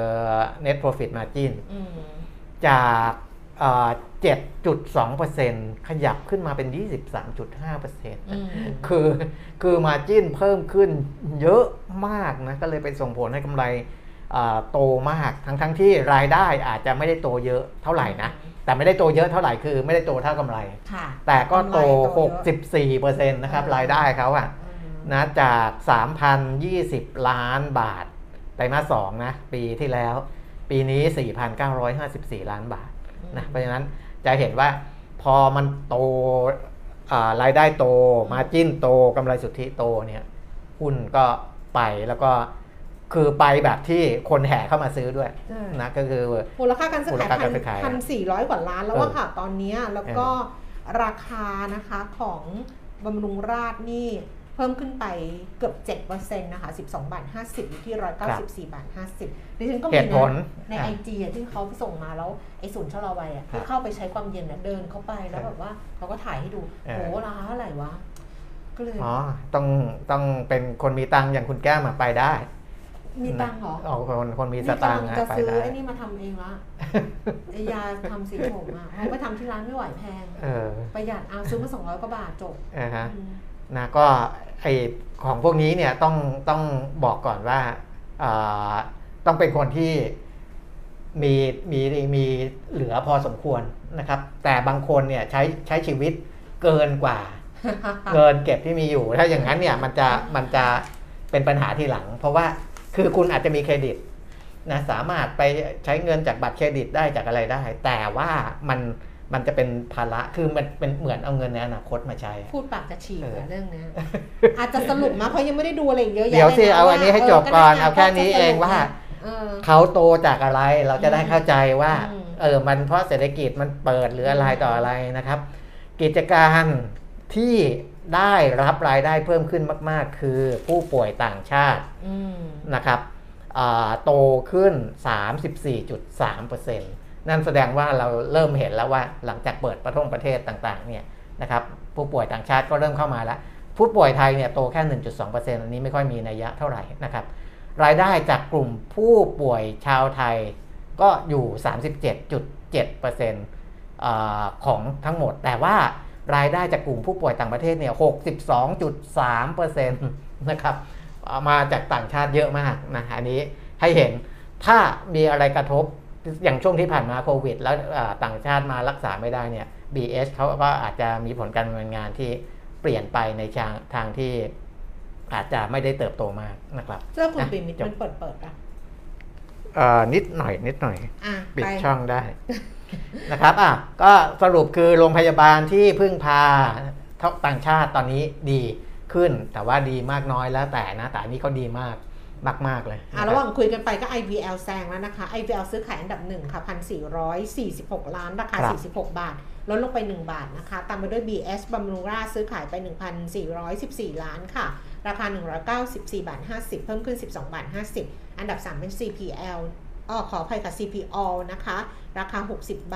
net profit margin จาก เจ็ดจุดสองเปอร์เซ็นต์ ขยับขึ้นมาเป็น ยี่สิบสามจุดห้าเปอร์เซ็นต์ คือคือ margin เพิ่มขึ้นเยอะมากนะก็เลยไปส่งผลให้กำไรโตมากทั้งทั้งที่รายได้อาจจะไม่ได้โตเยอะเท่าไหร่นะแต่ไม่ได้โตเยอะเท่าไหร่คือไม่ได้โตเท่ากำไรแต่ก็โต หกสิบสี่เปอร์เซ็นต์ นะครับรายได้เขาอะนะจาก สามพันยี่สิบ ล้านบาทไตรมาสสองนะปีที่แล้วปีนี้ สี่พันเก้าร้อยห้าสิบสี่ ล้านบาทนะเพราะฉะนั้นจะเห็นว่าพอมันโตรายได้โตมาร์จิ้นโตกำไรสุทธิโตเนี่ยหุ้นก็ไปแล้วก็คือไปแบบที่คนแห่เข้ามาซื้อด้วยนะก็คือมูลค่าการซื้อขายพันสี่ร้อยกว่าล้านแล้วว่าค่ะตอนนี้แล้วก็ราคานะคะของบำรุงราษฎร์นี่เพิ่มขึ้นไปเกือบ เจ็ดเปอร์เซ็นต์ นะคะสิบสองบาทห้าสิบอยู่ที่หนึ่งร้อยเก้าสิบสี่บาทห้าสิบดิฉันก็มีนะใน ไอ จี ที่เขาส่งมาแล้วไอ้ศูนย์ชะลอวัยอ่ะที่เข้าไปใช้ความเย็นเดินเข้าไปแล้วแบบว่าเขาก็ถ่ายให้ดูโหราคาเท่าไหร่วะก็เลยอ๋อต้องต้องเป็นคนมีตังค์อย่างคุณแก้มไปได้มีตังค์เหรออ๋อคนคนมีสตางค์จะซื้อไอ้นี่มาทำเองละไอ้ยาทำสีผมอ่ะเขาไปทำที่ร้านไม่ไหวแพงประหยัดเอาซื้อมาสองร้อยกว่าบาทจบนะก็ไอของพวกนี้เนี่ยต้องต้องบอกก่อนว่าต้องเป็นคนที่มีมีมีเหลือพอสมควรนะครับแต่บางคนเนี่ยใช้ใช้ชีวิตเกินกว่า เกินเก็บที่มีอยู่ถ้าอย่างนั้นเนี่ยมันจะมันจะเป็นปัญหาทีหลังเพราะว่าคือคุณอาจจะมีเครดิตนะสามารถไปใช้เงินจากบัตรเครดิตได้จากอะไรได้แต่ว่ามันมันจะเป็นภาระคือมันเป็นเหมือนเอาเงินในอนาคตมาใช้พูดปากจะฉีกเรื่องนี้อาจจะสรุปมาเพราะยังไม่ได้ดูอะไรเยอะแยะเดี๋ยวสิเอาอันนี้ให้จบก่อนเอาแค่นี้เองว่าเขาโตจากอะไรเราจะได้เข้าใจว่าเออมันเพราะเศรษฐกิจมันเปิดหรืออะไรต่ออะไรนะครับกิจการที่ได้รับรายได้เพิ่มขึ้นมากๆคือผู้ป่วยต่างชาตินะครับโตขึ้น สามสิบสี่จุดสามเปอร์เซ็นต์ นั่นแสดงว่าเราเริ่มเห็นแล้วว่าหลังจากเปิดประเทศประเทศต่างๆเนี่ยนะครับผู้ป่วยต่างชาติก็เริ่มเข้ามาแล้วผู้ป่วยไทยเนี่ยโตแค่ หนึ่งจุดสองเปอร์เซ็นต์ อันนี้ไม่ค่อยมีนัยยะเท่าไหร่นะครับรายได้จากกลุ่มผู้ป่วยชาวไทยก็อยู่ สามสิบเจ็ดจุดเจ็ดเปอร์เซ็นต์ ของทั้งหมดแต่ว่ารายได้จากกลุ่มผู้ป่วยต่างประเทศเนี่ย หกสิบสองจุดสามเปอร์เซ็นต์ นะครับมาจากต่างชาติเยอะมากนะอันนี้ให้เห็นถ้ามีอะไรกระทบอย่างช่วงที่ผ่านมาโควิดแล้วต่างชาติมารักษาไม่ได้เนี่ย บี เอส เขาก็อาจจะมีผลการดำเนินงานที่เปลี่ยนไปในทางทางที่อาจจะไม่ได้เติบโตมากนะครับเสื้อคุณปีมิตรมันเปิดเปิดอ่ะนิดหน่อยนิดหน่อยปิดช่องได้นะครับอ่ะก็สรุปคือโรงพยาบาลที่พึ่งพาต่างชาติตอนนี้ดีขึ้นแต่ว่าดีมากน้อยแล้วแต่นะแต่อันนี้ก็ดีมากมากๆเลยอ่ะระหว่างคุยกันไปก็ ไอ วี แอล แซงแล้วนะคะ ไอ วี แอล ซื้อขายอันดับหนึ่งค่ะ หนึ่งพันสี่ร้อยสี่สิบหก ล้านราคาสี่สิบหกบาทลดลงไปหนึ่งบาทนะคะตามมาด้วย บี เอส บำรุงราษฎร์ซื้อขายไป หนึ่งพันสี่ร้อยสิบสี่ ล้านค่ะราคาหนึ่งร้อยเก้าสิบสี่บาทห้าสิบเพิ่มขึ้นสิบสองบาทห้าสิบอันดับสามเป็น ซี พี แอล อ๋อขออภัยค่ะ ซี พี แอล นะคะราคาหกสิบบาท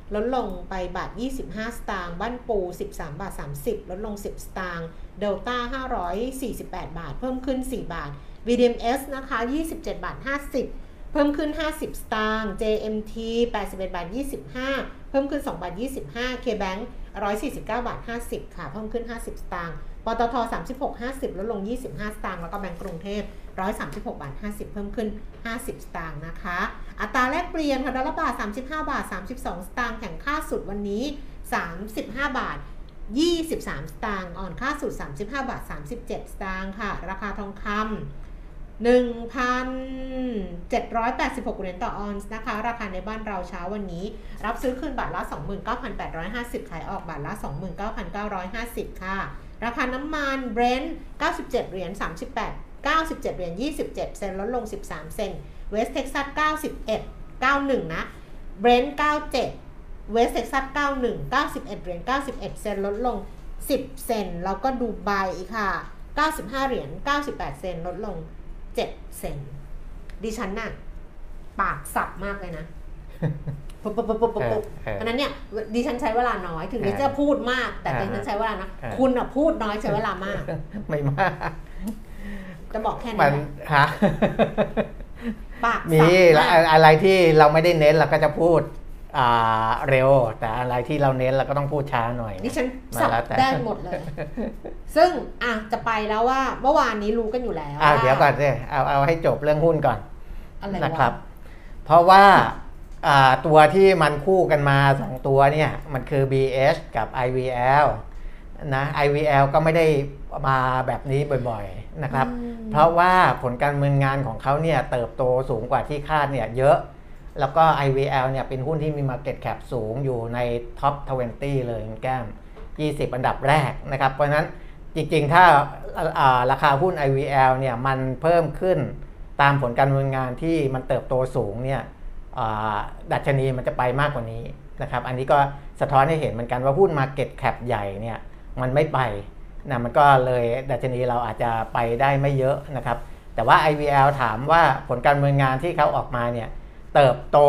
ลดลงไปบาทยี่สิบห้าสตางค์บ้านปูสิบสามบาทสามสิบลดลงสิบสตางค์เดลต้าห้าร้อยสี่สิบแปดบาทเพิ่มขึ้นสี่บาท วี ดี เอ็ม เอส นะคะยี่สิบเจ็ดบาทห้าสิบเพิ่มขึ้นห้าสิบสตางค์ เจ เอ็ม ที แปดสิบเอ็ดบาทยี่สิบห้าเพิ่มขึ้นสองบาทยี่สิบห้า K-Bank หนึ่งร้อยสี่สิบเก้าบาทห้าสิบค่ะเพิ่มขึ้นห้าสิบสตางค์ปตทสามสิบหกบาทห้าสิบลดลงยี่สิบห้าสตางค์แล้วก็แบงก์กรุงเทพหนึ่งร้อยสามสิบหกบาทห้าสิบเพิ่มขึ้นห้าสิบสตางค์นะคะอัตราแลกเปลี่ยนค่ะดอลลาร์บาทสามสิบห้าบาทสามสิบสองสตางค์แข่งค่าสุดวันนี้สามสิบห้าบาทยี่สิบสามสตางค์อ่อนค่าสุดสามสิบห้าบาทสามสิบเจ็ดสตางค์ค่ะราคาทองคำ หนึ่งพันเจ็ดร้อยแปดสิบหก เหรียญต่อออนซ์นะคะราคาในบ้านเราเช้าวันนี้รับซื้อคืนบาทละ สองหมื่นเก้าพันแปดร้อยห้าสิบ ขายออกบาทละ สองหมื่นเก้าพันเก้าร้อยห้าสิบ ค่ะราคาน้ำมันเบรนท์เก้าสิบเจ็ดเหรียญสามสิบแปด เก้าสิบเจ็ดเหรียญยี่สิบเจ็ดเซนต์ลดลงสิบสามเซนต์เวสเท็กซัสเก้าสิบเอ็ด เก้าสิบเอ็ดนะเบรนท์เก้าสิบเจ็ดเวสเท็กซัสเก้าสิบเอ็ด เก้าสิบเอ็ดเหรียญเก้าสิบเอ็ดเซนต์ลดลงสิบเซนต์แล้วก็ดูไบค่ะเก้าสิบห้าเหรียญเก้าสิบแปดเซนต์ลดลงเจ็ดเซนดิฉันน่ะปากสับมากเลยนะปุ๊บปุ๊บปุ๊บปุ๊บปุ๊บอันนั้นเนี่ยดิฉันใช้เวลาน้อยถึงดิฉันจะพูดมากแต่ดิฉันใช้เวลานะคุณอ่ะพูดน้อยใช้เวลามากไม่มากจะบอกแค่นี้ฮะปากมีอะไรที่เราไม่ได้เน้นเราก็จะพูดเร็วแต่อะไรที่เราเน้นเราก็ต้องพูดช้าหน่อยดิฉันสับได้หมดเลยซึ่งอ่ะจะไปแล้วว่าเมื่อวานนี้รู้กันอยู่แล้วเดี๋ยวก่อนสิเอาเอาให้จบเรื่องหุ้นก่อนนะครับเพราะว่าตัวที่มันคู่กันมาสองตัวเนี่ยมันคือ บี เอช กับ ไอ วี แอล นะ ไอ วี แอล ก็ไม่ได้มาแบบนี้บ่อยๆนะครับเพราะว่าผลการดำเนินงานของเขาเนี่ยเติบโตสูงกว่าที่คาดเนี่ยเยอะแล้วก็ ไอ วี แอล เนี่ยเป็นหุ้นที่มี Market Cap สูงอยู่ในท็อปยี่สิบเลยแก้มยี่สิบอันดับแรกนะครับเพราะฉะนั้นจริงๆถ้าราคาหุ้น ไอ วี แอล เนี่ยมันเพิ่มขึ้นตามผลการดำเนินงานที่มันเติบโตสูงเนี่ยดัชนีมันจะไปมากกว่านี้นะครับอันนี้ก็สะท้อนให้เห็นเหมือนกันว่าหุ้น Market Cap ใหญ่เนี่ยมันไม่ไปนะมันก็เลยดัชนีเราอาจจะไปได้ไม่เยอะนะครับแต่ว่า ไอ วี แอล ถามว่าผลการดำเนินงานที่เขาออกมาเนี่ยเติบโต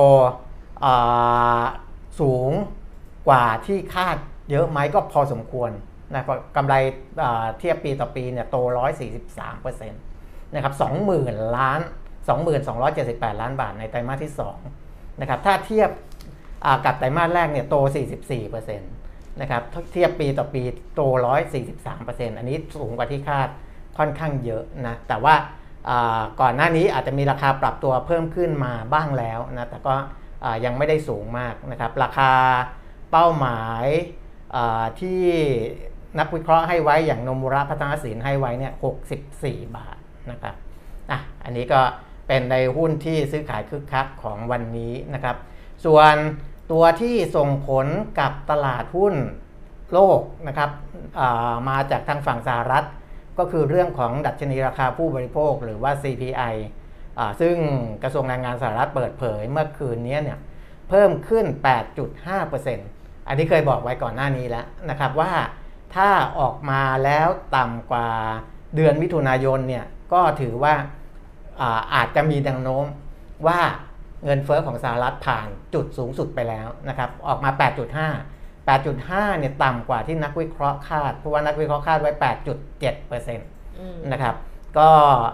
สูงกว่าที่คาดเยอะไหมก็พอสมควรนะกำไรเทียบปีต่อปีเนี่ยโต หนึ่งร้อยสี่สิบสามเปอร์เซ็นต์ นะครับ สองหมื่น ล้าน สองหมื่นสองร้อยเจ็ดสิบแปด ล้านบาทในไตรมาสที่สองนะครับถ้าเทียบกับไตรมาสแรกเนี่ยโต สี่สิบสี่เปอร์เซ็นต์ นะครับเทียบปีต่อปีโต หนึ่งร้อยสี่สิบสามเปอร์เซ็นต์ อันนี้สูงกว่าที่คาดค่อนข้างเยอะนะแต่ว่าก่อนหน้านี้อาจจะมีราคาปรับตัวเพิ่มขึ้นมาบ้างแล้วนะแต่ก็ยังไม่ได้สูงมากนะครับราคาเป้าหมายที่นักวิเคราะห์ให้ไว้อย่างโนมุระพัฒนสินให้ไว้เนี่ยหกสิบสี่บาทนะครับอ่ะอันนี้ก็เป็นในหุ้นที่ซื้อขายคึกคักของวันนี้นะครับส่วนตัวที่ส่งผลกับตลาดหุ้นโลกนะครับมาจากทางฝั่งสหรัฐก็คือเรื่องของดัชนีราคาผู้บริโภคหรือว่า ซี พี ไอ อ่าซึ่งกระทรวงแรงงานสหรัฐเปิดเผยเมื่อคืนนี้เนี่ยเพิ่มขึ้น แปดจุดห้าเปอร์เซ็นต์ อันนี้เคยบอกไว้ก่อนหน้านี้แล้วนะครับว่าถ้าออกมาแล้วต่ำกว่าเดือนมิถุนายนเนี่ยก็ถือว่า อา, อาจจะมีแนวโน้มว่าเงินเฟ้อของสหรัฐผ่านจุดสูงสุดไปแล้วนะครับออกมา แปดจุดห้า แปดจุดห้า เนี่ยต่ำกว่าที่นักวิเคราะห์คาดเพราะว่านักวิเคราะห์คาดไว้ แปดจุดเจ็ดเปอร์เซ็นต์ นะครับก็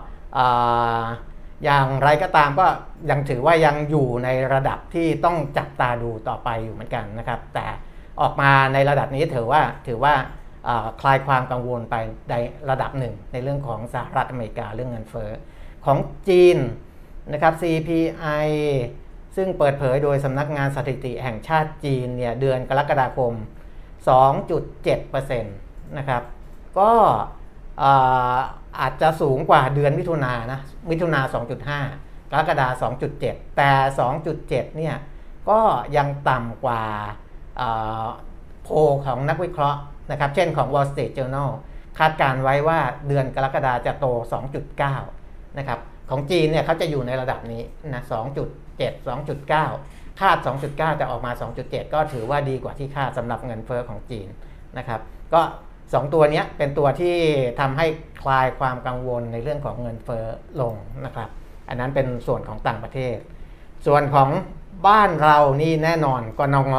อย่างไรก็ตามก็ยังถือว่ายังอยู่ในระดับที่ต้องจับตาดูต่อไปอยู่เหมือนกันนะครับแต่ออกมาในระดับนี้ถือว่าถือว่าคลายความกังวลไปในระดับหนึ่งในเรื่องของสหรัฐอเมริกาเรื่องเงินเฟ้อของจีนนะครับ ซี พี ไอ ซึ่งเปิดเผยโดยสำนักงานสถิติแห่งชาติจีนเนี่ยเดือนกรกฎาคม สองจุดเจ็ดเปอร์เซ็นต์ นะครับก็อาจจะสูงกว่าเดือนมิถุนายนนะมิถุนายน สองจุดห้า กรกฎาคม สองจุดเจ็ด แต่ สองจุดเจ็ด เนี่ยก็ยังต่ำกว่าโพลของนักวิเคราะห์นะครับเช่นของ Wall Street Journal คาดการไว้ว่าเดือนกรกฎาคมจะโต สองจุดเก้า นะครับของจีนเนี่ยเขาจะอยู่ในระดับนี้นะ สองจุดเจ็ด สองจุดเก้า คาด สองจุดเก้า จะออกมา สองจุดเจ็ด ก็ถือว่าดีกว่าที่คาดสำหรับเงินเฟ้อของจีนนะครับก็สองตัวนี้เป็นตัวที่ทำให้คลายความกังวลในเรื่องของเงินเฟ้อลงนะครับอันนั้นเป็นส่วนของต่างประเทศส่วนของบ้านเรานี่แน่นอนกนง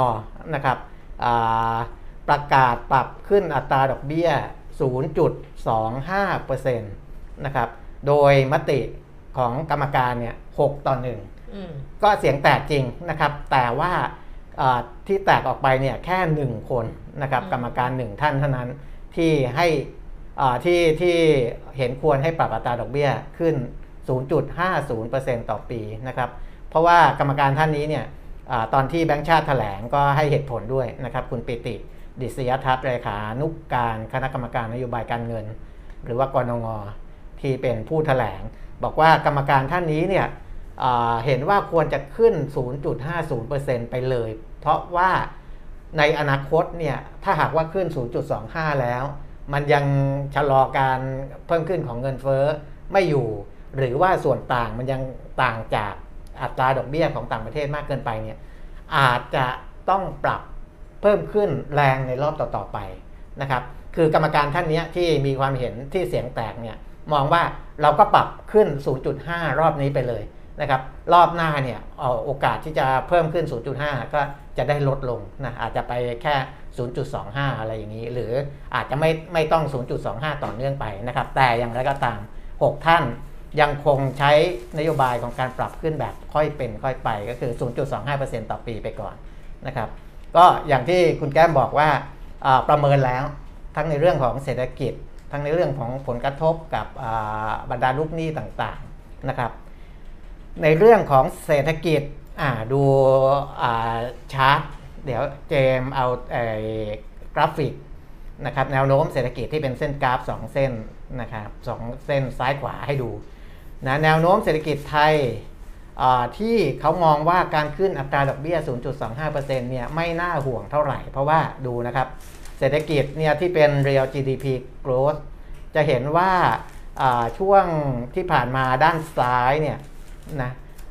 นะครับประกาศปรับขึ้นอัตราดอกเบี้ย ศูนย์จุดสองห้าเปอร์เซ็นต์ นะครับโดยมติของกรรมการเนี่ยหกต่อหนึ่งก็เสียงแตกจริงนะครับแต่ว่าที่แตกออกไปเนี่ยแค่หนึ่งคนนะครับกรรมการหนึ่งท่านเท่านั้นที่ให้ที่ที่เห็นควรให้ปรับอัตราดอกเบี้ยขึ้น ศูนย์จุดห้าศูนย์เปอร์เซ็นต์ ต่อปีนะครับเพราะว่ากรรมการท่านนี้เนี่ยตอนที่แบงก์ชาติแถลงก็ให้เหตุผลด้วยนะครับคุณปิติดิษยทัศน์เลขานุกการคณะกรรมการนโยบายการเงินหรือว่ากนง.ที่เป็นผู้แถลงบอกว่ากรรมการท่านนี้เนี่ยเห็นว่าควรจะขึ้น ศูนย์จุดห้าศูนย์เปอร์เซ็นต์ ไปเลยเพราะว่าในอนาคตเนี่ยถ้าหากว่าขึ้น ศูนย์จุดสองห้า แล้วมันยังชะลอการเพิ่มขึ้นของเงินเฟ้อไม่อยู่หรือว่าส่วนต่างมันยังต่างจากอัตราดอกเบี้ยของต่างประเทศมากเกินไปเนี่ยอาจจะต้องปรับเพิ่มขึ้นแรงในรอบต่อๆไปนะครับคือกรรมการท่านนี้ที่มีความเห็นที่เสียงแตกเนี่ยมองว่าเราก็ปรับขึ้น ศูนย์จุดห้า รอบนี้ไปเลยนะครับรอบหน้าเนี่ยโอกาสที่จะเพิ่มขึ้น ศูนย์จุดห้า ก็จะได้ลดลงนะอาจจะไปแค่ ศูนย์จุดสองห้า อะไรอย่างนี้หรืออาจจะไม่ไม่ต้อง ศูนย์จุดสองห้า ต่อเนื่องไปนะครับแต่อย่างไรก็ตามหกท่านยังคงใช้นโยบายของการปรับขึ้นแบบค่อยเป็นค่อยไปก็คือ ศูนย์จุดสองห้าเปอร์เซ็นต์ ต่อปีไปก่อนนะครับก็อย่างที่คุณแก้มบอกว่าประเมินแล้วทั้งในเรื่องของเศรษฐกิจทั้งในเรื่องของผลกระทบกับบรรดาลูกหนี้ต่างๆนะครับในเรื่องของเศรษฐกิจดูชาร์ตเดี๋ยวเจมเอากราฟิกนะครับแนวโน้มเศรษฐกิจที่เป็นเส้นกราฟสองเส้นนะครับสองเส้นซ้ายขวาให้ดูนะแนวโน้มเศรษฐกิจไทยที่เขามองว่าการขึ้นอัตราดอกเบี้ย ศูนย์จุดสองห้าเปอร์เซ็นต์ เนี่ยไม่น่าห่วงเท่าไหร่เพราะว่าดูนะครับเศรษฐกิจเนี่ยที่เป็น real จี ดี พี growth จะเห็นว่าช่วงที่ผ่านมาด้านซ้ายเนี่ยนะ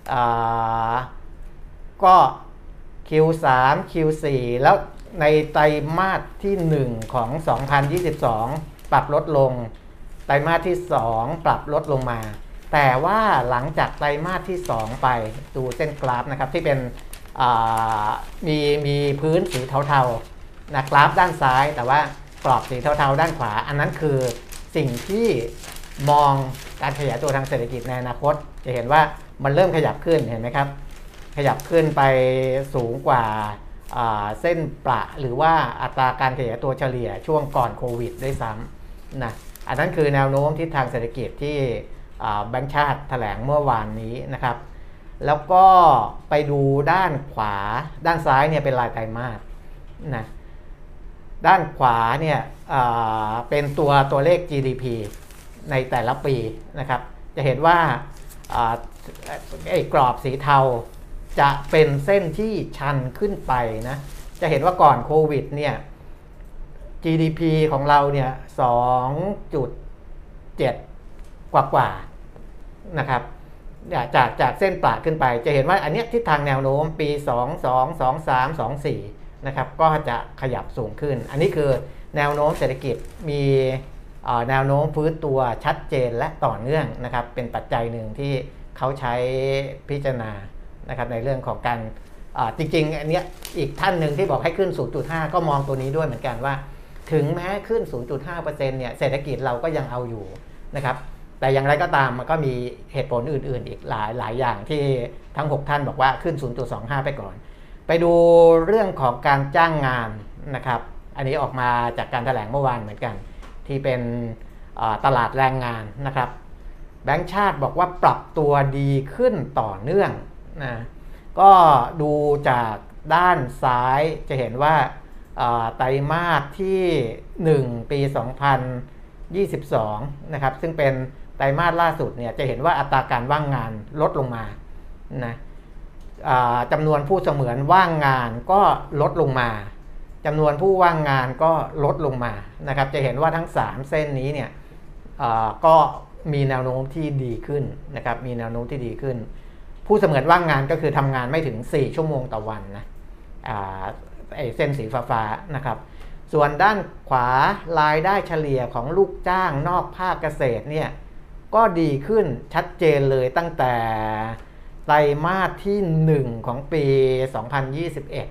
ก็ คิว สาม คิว สี่ แล้วในไตรมาสที่หนึ่งของสองพันยี่สิบสองปรับลดลงไตรมาสที่สองปรับลดลงมาแต่ว่าหลังจากไตรมาสที่สองไปดูเส้นกราฟนะครับที่เป็นมีมีพื้นสีเทาๆนะกราฟด้านซ้ายแต่ว่ากรอบสีเทาๆด้านขวาอันนั้นคือสิ่งที่มองการขยายตัวทางเศรษฐกิจในอนาคตจะเห็นว่ามันเริ่มขยับขึ้นเห็นไหมครับขยับขึ้นไปสูงกว่าเส้นประหรือว่าอัตราการขยายตัวเฉลี่ยช่วงก่อนโควิดด้วยซ้ำนะอันนั้นคือแนวโน้มทิศทางเศรษฐกิจที่แบงก์ชาติแถลงเมื่อวานนี้นะครับแล้วก็ไปดูด้านขวาด้านซ้ายเนี่ยเป็นรายไตรมาสนะด้านขวาเนี่ยเป็นตัวตัวเลข จี ดี พี ในแต่ละปีนะครับจะเห็นว่าไอ้กรอบสีเทาจะเป็นเส้นที่ชันขึ้นไปนะจะเห็นว่าก่อนโควิดเนี่ย จี ดี พี ของเราเนี่ย สองจุดเจ็ด กว่ากว่านะครับจากจากเส้นปลาขึ้นไปจะเห็นว่าอันนี้ทิศทางแนวโน้มปีสองพันสองร้อย สองพันสามร้อย สองพันสี่ร้อยนะครับก็จะขยับสูงขึ้นอันนี้คือแนวโน้มเศรษฐกิจมีแนวโน้มฟื้นตัวชัดเจนและต่อเนื่องนะครับเป็นปัจจัยหนึ่งที่เขาใช้พิจารณานะครับในเรื่องของการจริงๆอันนี้อีกท่านหนึ่งที่บอกให้ขึ้น ศูนย์จุดห้า ก็มองตัวนี้ด้วยเหมือนกันว่าถึงแม้ขึ้น ศูนย์จุดห้าเปอร์เซ็นต์ เนี่ยเศรษฐกิจเราก็ยังเอาอยู่นะครับแต่อย่างไรก็ตามมันก็มีเหตุผลอื่นๆอีกหลายหลายอย่างที่ทั้งหกท่านบอกว่าขึ้น ศูนย์จุดสองห้า ไปก่อนไปดูเรื่องของการจ้างงานนะครับอันนี้ออกมาจากการแถลงเมื่อวานเหมือนกันที่เป็นตลาดแรงงานนะครับแบงก์ชาติบอกว่าปรับตัวดีขึ้นต่อเนื่องนะก็ดูจากด้านซ้ายจะเห็นว่าไตรมาสที่หนึ่งปีสองพันยี่สิบสองนะครับซึ่งเป็นไตรมาสล่าสุดเนี่ยจะเห็นว่าอัตราการว่างงานลดลงมานะจำนวนผู้เสมือนว่างงานก็ลดลงมาจำนวนผู้ว่างงานก็ลดลงมานะครับจะเห็นว่าทั้งสามเส้นนี้เนี่ยก็มีแนวโน้มที่ดีขึ้นนะครับมีแนวโน้มที่ดีขึ้นผู้เสมือนว่างงานก็คือทำงานไม่ถึงสี่ชั่วโมงต่อวันนะไอ้เส้นสีฟ้าๆนะครับส่วนด้านขวารายได้เฉลี่ยของลูกจ้างนอกภาคเกษตรเนี่ยก็ดีขึ้นชัดเจนเลยตั้งแต่ไตรมาสที่หนึ่งของปีสองพันยี่สิบเอ็ด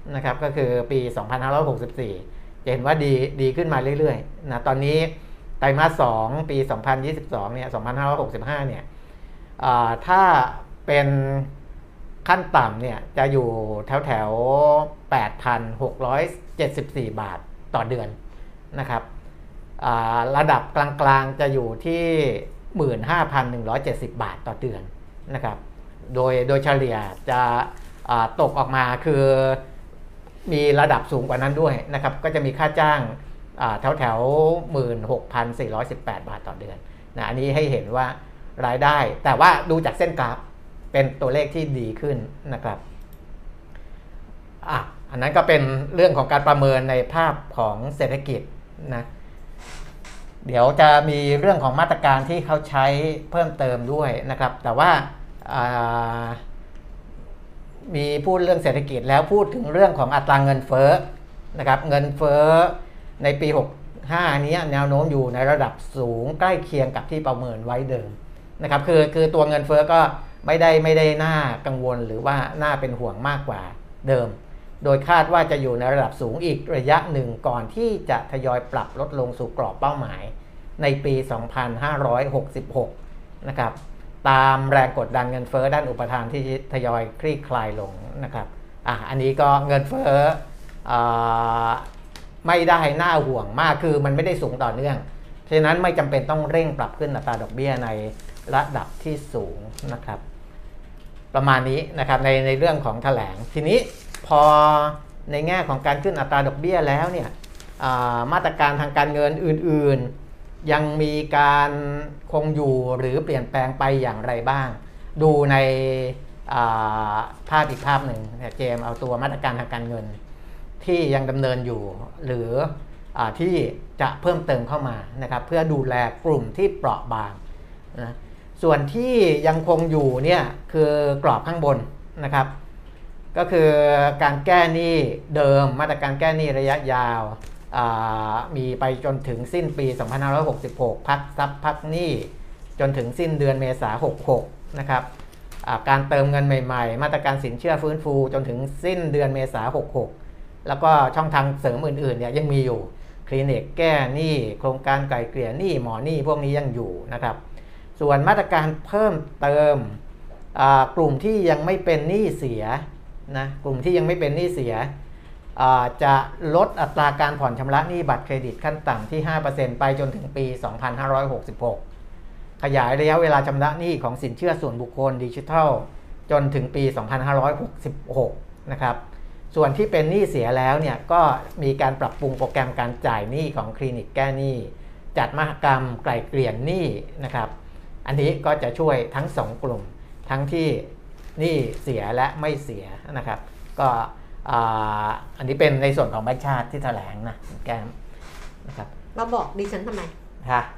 นะครับก็คือปี สองพันห้าร้อยหกสิบสี่ จะเห็นว่าดีดีขึ้นมาเรื่อยๆนะตอนนี้ไตรมาสสองปี สองพันยี่สิบสอง เนี่ย สองพันห้าร้อยหกสิบห้า เนี่ยถ้าเป็นขั้นต่ำเนี่ยจะอยู่แถวแถว แปดพันหกร้อยเจ็ดสิบสี่ บาทต่อเดือนนะครับระดับกลางๆจะอยู่ที่ หนึ่งหมื่นห้าพันหนึ่งร้อยเจ็ดสิบ บาทต่อเดือนนะครับโดยโดยเฉลี่ยจะตกออกมาคือมีระดับสูงกว่านั้นด้วยนะครับก็จะมีค่าจ้างแถวแถว หนึ่งหมื่นหกพันสี่ร้อยสิบแปด บาทต่อเดือนนะอันนี้ให้เห็นว่ารายได้แต่ว่าดูจากเส้นกราฟเป็นตัวเลขที่ดีขึ้นนะครับอ่ะอันนั้นก็เป็นเรื่องของการประเมินในภาพของเศรษฐกิจนะเดี๋ยวจะมีเรื่องของมาตรการที่เขาใช้เพิ่มเติมด้วยนะครับแต่ว่ามีพูดเรื่องเศรษฐกิจแล้วพูดถึงเรื่องของอัตราเงินเฟ้อนะครับเงินเฟ้อในปีหกสิบห้านี้แนวโน้มอยู่ในระดับสูงใกล้เคียงกับที่ประเมินไว้เดิมนะครับคือคือตัวเงินเฟ้อก็ไม่ได้ไม่ได้น่ากังวลหรือว่าน่าเป็นห่วงมากกว่าเดิมโดยคาดว่าจะอยู่ในระดับสูงอีกระยะหนึ่งก่อนที่จะทยอยปรับลดลงสู่กรอบเป้าหมายในปี สองพันห้าร้อยหกสิบหก นะครับตามแรงกดดันเงินเฟ้อด้านอุปทานที่ทยอยคลี่คลายลงนะครับอ่ะอันนี้ก็เงินเฟ้ออ่าไม่ได้น่าห่วงมากคือมันไม่ได้สูงต่อเนื่องฉะนั้นไม่จำเป็นต้องเร่งปรับขึ้นอัตราดอกเบี้ยในระดับที่สูงนะครับประมาณนี้นะครับในในเรื่องของแถลงทีนี้พอในแง่ของการขึ้นอัตราดอกเบี้ยแล้วเนี่ยมาตรการทางการเงินอื่นๆยังมีการคงอยู่หรือเปลี่ยนแปลงไปอย่างไรบ้างดูในภาพอีกภาพหนึ่งเจมเอาตัวมาตรการทางการเงินที่ยังดำเนินอยู่หรืออที่จะเพิ่มเติมเข้ามานะครับเพื่อดูแลกลุ่มที่เปราะบางนะส่วนที่ยังคงอยู่เนี่ยคือกรอบข้างบนนะครับก็คือการแก้หนี้เดิมมาตรการแก้หนี้ระยะยาวมีไปจนถึงสิ้นปีสองพันห้าร้อยหกสิบหกพักทรัพย์พักหนี้จนถึงสิ้นเดือนเมษายนหกสิบหกนะครับการเติมเงินใหม่ๆมาตรการสินเชื่อฟื้นฟูจนถึงสิ้นเดือนเมษายนหกสิบหกแล้วก็ช่องทางเสริมอื่นๆเนี่ยยังมีอยู่คลินิกแก้หนี้โครงการไกล่เกลี่ยหนี้หมอหนี้พวกนี้ยังอยู่นะครับส่วนมาตรการเพิ่มเติมกลุ่มที่ยังไม่เป็นหนี้เสียนะกลุ่มที่ยังไม่เป็นหนี้เสียจะลดอัตราการผ่อนชำระหนี้บัตรเครดิตขั้นต่ำที่ ห้าเปอร์เซ็นต์ ไปจนถึงปี สองพันห้าร้อยหกสิบหก ขยายระยะเวลาชำระหนี้ของสินเชื่อส่วนบุคคลดิจิทัลจนถึงปี สองพันห้าร้อยหกสิบหก นะครับส่วนที่เป็นหนี้เสียแล้วเนี่ยก็มีการปรับปรุงโปรแกรมการจ่ายหนี้ของคลินิกแก้หนี้จัดมหกรรมไกล่เกลี่ยหนี้นะครับอันนี้ก็จะช่วยทั้งสองกลุ่มทั้งที่หนี้เสียและไม่เสียนะครับก็อันนี้เป็นในส่วนของแบงก์ชาติที่แถลงนะแก้มนะครับมาบอกดิฉันทำไมฮะ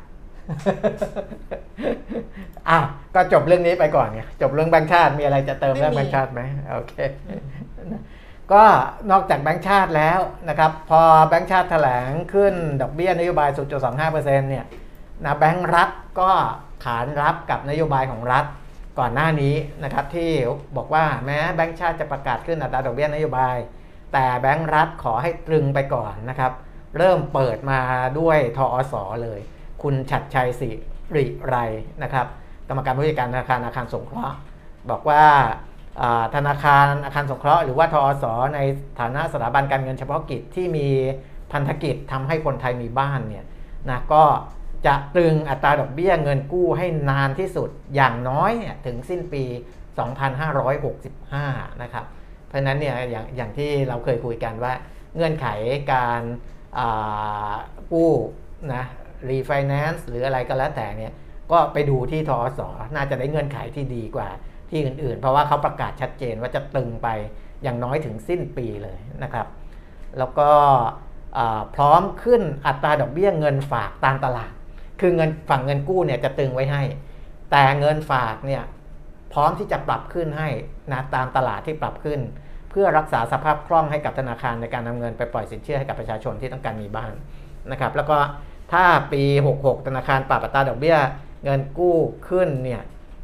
อ้าวก็จบเรื่องนี้ไปก่อนไงจบเรื่องแบงก์ชาติมีอะไรจะเติมเรื่องแบงก์ชาติไหมโอเคก็นอกจากแบงก์ชาติแล้วนะครับพอแบงก์ชาติแถลงขึ้นดอกเบี้ยนโยบาย ศูนย์จุดสองห้าเปอร์เซ็นต์ เนี่ยนะแบงก์รัฐก็ขานรับกับนโยบายของรัฐก่อนหน้านี้นะครับที่บอกว่าแม้แบงก์ชาติจะประกาศขึ้นอัตราดอกเบี้ยนโยบายแต่แบงก์รัฐขอให้ตรึงไปก่อนนะครับเริ่มเปิดมาด้วยทอส.เลยคุณฉัตรชัยศิริไรนะครับกรรมการผู้จัดการธนาคารอาคารสงเคราะห์บอกว่าธนาคารอาคารสงเคราะห์หรือว่าทอส.ในฐานะสถาบันการเงินเฉพาะกิจที่มีพันธกิจทำให้คนไทยมีบ้านเนี่ยนะก็จะตรึงอัตราดอกเบี้ยเงินกู้ให้นานที่สุดอย่างน้อยเนี่ยถึงสิ้นปี สองพันห้าร้อยหกสิบห้า นะครับเพราะฉะนั้นเนี่ยอย่างอย่างที่เราเคยคุยกันว่าเงื่อนไขการกู้นะรีไฟแนนซ์หรืออะไรก็แล้วแต่เนี่ยก็ไปดูที่ทอส.น่าจะได้เงื่อนไขที่ดีกว่าที่อื่นๆเพราะว่าเขาประกาศชัดเจนว่าจะตึงไปอย่างน้อยถึงสิ้นปีเลยนะครับแล้วก็พร้อมขึ้นอัตราดอกเบี้ยเงินฝากตามตลาดคือเงินฝั่งเงินกู้เนี่ยจะตึงไว้ให้แต่เงินฝากเนี่ยพร้อมที่จะปรับขึ้นให้นะตามตลาดที่ปรับขึ้นเพื่อรักษาสภาพคล่องให้กับธนาคารในการนำเงินไปปล่อยสินเชื่อให้กับประชาชนที่ต้องการมีบ้านนะครับแล้วก็ถ้าปีหกสิบหกธนาคารปรับอัตราดอกเบี้ยเงินกู้ขึ้นเนี่ย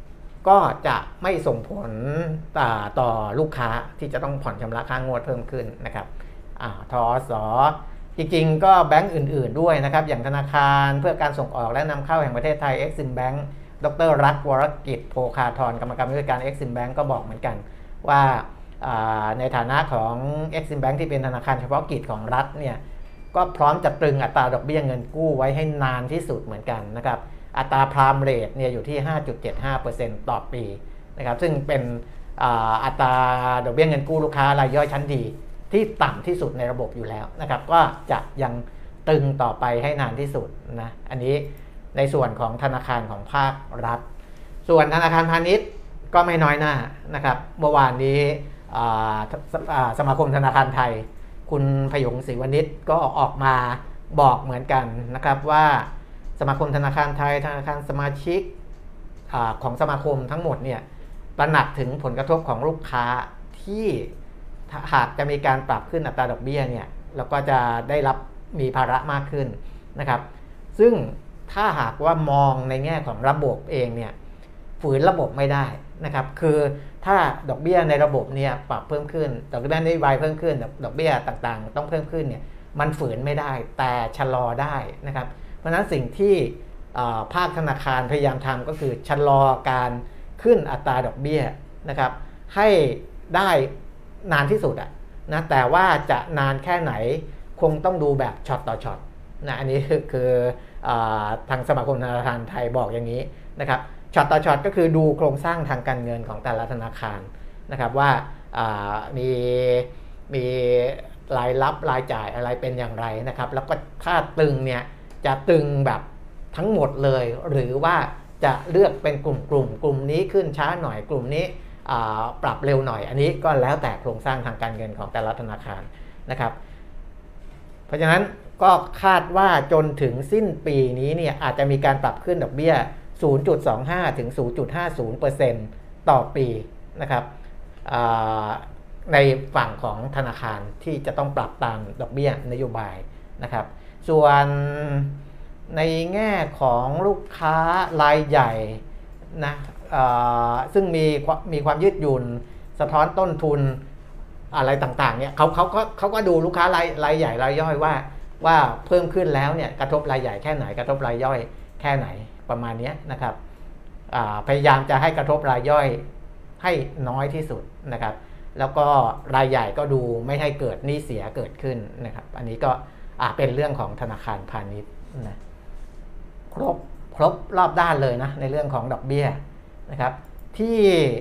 ก็จะไม่ส่งผลต่อลูกค้าที่จะต้องผ่อนชำระค่างวดเพิ่มขึ้นนะครับทอสจริงๆก็แบงก์อื่นๆด้วยนะครับอย่างธนาคารเพื่อการส่งออกและนำเข้าแห่งประเทศไทย Exim Bank ดร.รัตน์ วรกิจโภคาธรกรรมการผู้จัดการ Exim Bank ก็บอกเหมือนกันว่าในฐานะของ Exim Bank ที่เป็นธนาคารเฉพาะกิจของรัฐเนี่ยก็พร้อมจะตรึงอัตราดอกเบี้ยเงินกู้ไว้ให้นานที่สุดเหมือนกันนะครับอัตราพรามเรทเนี่ยอยู่ที่ ห้าจุดเจ็ดห้าเปอร์เซ็นต์ ต่อปีนะครับซึ่งเป็นอัตราดอกเบี้ยเงินกู้ลูกค้ารายย่อยชั้นดีที่ต่ำที่สุดในระบบอยู่แล้วนะครับก็จะยังตึงต่อไปให้นานที่สุดนะอันนี้ในส่วนของธนาคารของภาครัฐส่วนธนาคารพาณิชย์ก็ไม่น้อยหน้านะครับเมื่อวานนี้สมาคมธนาคารไทยคุณพยงศรีวณิชก็ออกมาบอกเหมือนกันนะครับว่าสมาคมธนาคารไทยธนาคารสมาชิกของสมาคมทั้งหมดเนี่ยตระหนักถึงผลกระทบของลูกค้าที่หากจะมีการปรับขึ้นอัตราดอกเบี้ยเนี่ยเราก็จะได้รับมีภาระมากขึ้นนะครับซึ่งถ้าหากว่ามองในแง่ของระบบเองเนี่ยฝืนระบบไม่ได้นะครับคือถ้าดอกเบี้ยในระบบเนี่ยปรับเพิ่มขึ้นดอกเบี้ยนโยบายเพิ่มขึ้นดอกเบี้ยต่างๆต้องเพิ่มขึ้นเนี่ยมันฝืนไม่ได้แต่ชะลอได้นะครับเพราะฉะนั้นสิ่งที่ภาคธนาคารพยายามทำก็คือชะลอการขึ้นอัตราดอกเบี้ยนะครับให้ได้นานที่สุดอะนะแต่ว่าจะนานแค่ไหนคงต้องดูแบบช็อตต่อช็อตนะอันนี้คือคือทางสมาคมธนาคารไทยบอกอย่างนี้นะครับช็อตต่อช็อตก็คือดูโครงสร้างทางการเงินของแต่ละธนาคารนะครับว่ามีมีรายรับรายจ่ายอะไรเป็นอย่างไรนะครับแล้วก็ถ้าตึงเนี่ยจะตึงแบบทั้งหมดเลยหรือว่าจะเลือกเป็นกลุ่มกลุ่มกลุ่มนี้ขึ้นช้าหน่อยกลุ่มนี้ปรับเร็วหน่อยอันนี้ก็แล้วแต่โครงสร้างทางการเงินของแต่ละธนาคารนะครับเพราะฉะนั้นก็คาดว่าจนถึงสิ้นปีนี้เนี่ยอาจจะมีการปรับขึ้นดอกเบี้ย ศูนย์จุดสองห้า ถึง ศูนย์จุดห้าศูนย์ เปอร์เซ็นต์ ต่อปีนะครับในฝั่งของธนาคารที่จะต้องปรับตามดอกเบี้ยนโยบายนะครับส่วนในแง่ของลูกค้ารายใหญ่นะซึ่งมีมีความยืดหยุ่นสะท้อนต้นทุนอะไรต่างๆเนี่ยเขาเขาก็เขาก็ดูลูกค้ารายรายใหญ่รายย่อยว่าว่าเพิ่มขึ้นแล้วเนี่ยกระทบรายใหญ่แค่ไหนกระทบรายย่อยแค่ไหนประมาณนี้นะครับพยายามจะให้กระทบรายย่อยให้น้อยที่สุดนะครับแล้วก็รายใหญ่ก็ดูไม่ให้เกิดหนี้เสียเกิดขึ้นนะครับอันนี้ก็เป็นเรื่องของธนาคารพาณิชย์นะครบครบรอบด้านเลยนะในเรื่องของดอกเบี้ยนะครับที่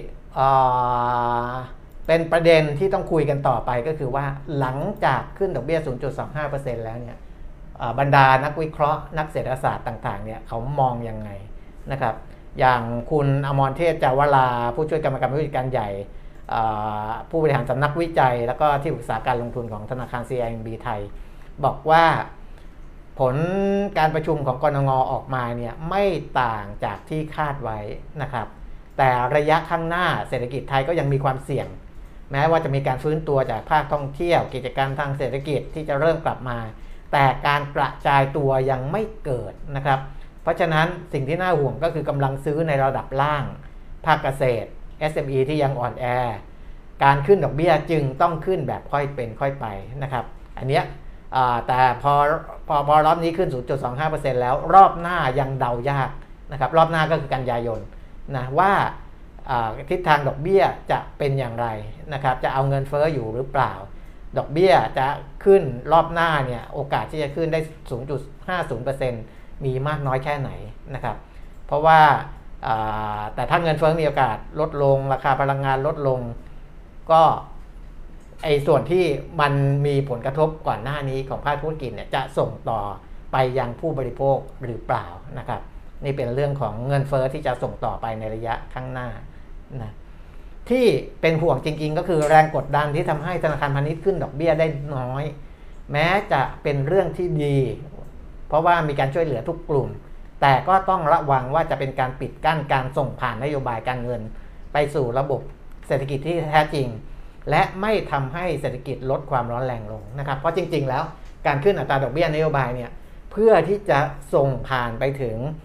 เป็นประเด็นที่ต้องคุยกันต่อไปก็คือว่าหลังจากขึ้นดอกเบี้ย ศูนย์จุดสองห้าเปอร์เซ็นต์ แล้วเนี่ยบรรดานักวิเคราะห์นักเศรษฐศาสตร์ต่างๆเนี่ยเขามองยังไงนะครับอย่างคุณอมรเทพจาวราผู้ช่วยกรรมการผู้จัดการใหญ่ผู้บริหารสำนักวิจัยแล้วก็ที่ปรึกษาการลงทุนของธนาคาร ซี ไอ เอ็ม บี ไทยบอกว่าผลการประชุมของกนง.ออกมาเนี่ยไม่ต่างจากที่คาดไว้นะครับแต่ระยะข้างหน้าเศรษฐกิจไทยก็ยังมีความเสี่ยงแม้ว่าจะมีการฟื้นตัวจากภาคท่องเที่ยวกิจการทางเศรษฐกิจที่จะเริ่มกลับมาแต่การกระจายตัวยังไม่เกิดนะครับเพราะฉะนั้นสิ่งที่น่าห่วงก็คือกำลังซื้อในระดับล่างภาคเกษตร เอส เอ็ม อี ที่ยังอ่อนแอการขึ้นดอกเบี้ยจึงต้องขึ้นแบบค่อยเป็นค่อยไปนะครับอันเนี้ยแต่พอพอพอรอบนี้ขึ้น ศูนย์จุดสองห้าเปอร์เซ็นต์ แล้วรอบหน้ายังเดายากนะครับรอบหน้าก็คือกันยายนนะว่าทิศทางดอกเบี้ยจะเป็นอย่างไรนะครับจะเอาเงินเฟ้ออยู่หรือเปล่าดอกเบี้ยจะขึ้นรอบหน้าเนี่ยโอกาสที่จะขึ้นได้ ศูนย์จุดห้าศูนย์เปอร์เซ็นต์ มีมากน้อยแค่ไหนนะครับเพราะว่าแต่ถ้าเงินเฟ้อมีโอกาสลดลงราคาพลังงานลดลงก็ไอ้ส่วนที่มันมีผลกระทบก่อนหน้านี้ของภาคธุรกิจเนี่ยจะส่งต่อไปยังผู้บริโภคหรือเปล่านะครับนี่เป็นเรื่องของเงินเฟ้อที่จะส่งต่อไปในระยะข้างหน้านะที่เป็นห่วงจริงๆก็คือแรงกดดันที่ทำให้ธนาคารพาณิชย์ขึ้นดอกเบี้ยได้น้อยแม้จะเป็นเรื่องที่ดีเพราะว่ามีการช่วยเหลือทุกกลุ่มแต่ก็ต้องระวังว่าจะเป็นการปิดกั้นการส่งผ่านนโยบายการเงินไปสู่ระบบเศรษฐกิจที่แท้จริงและไม่ทำให้เศรษฐกิจลดความร้อนแรงลงนะครับเพราะจริงๆแล้วการขึ้นอัตราดอกเบี้ยนโยบายเนี่ยเพื่อที่จะส่งผ่านไปถึง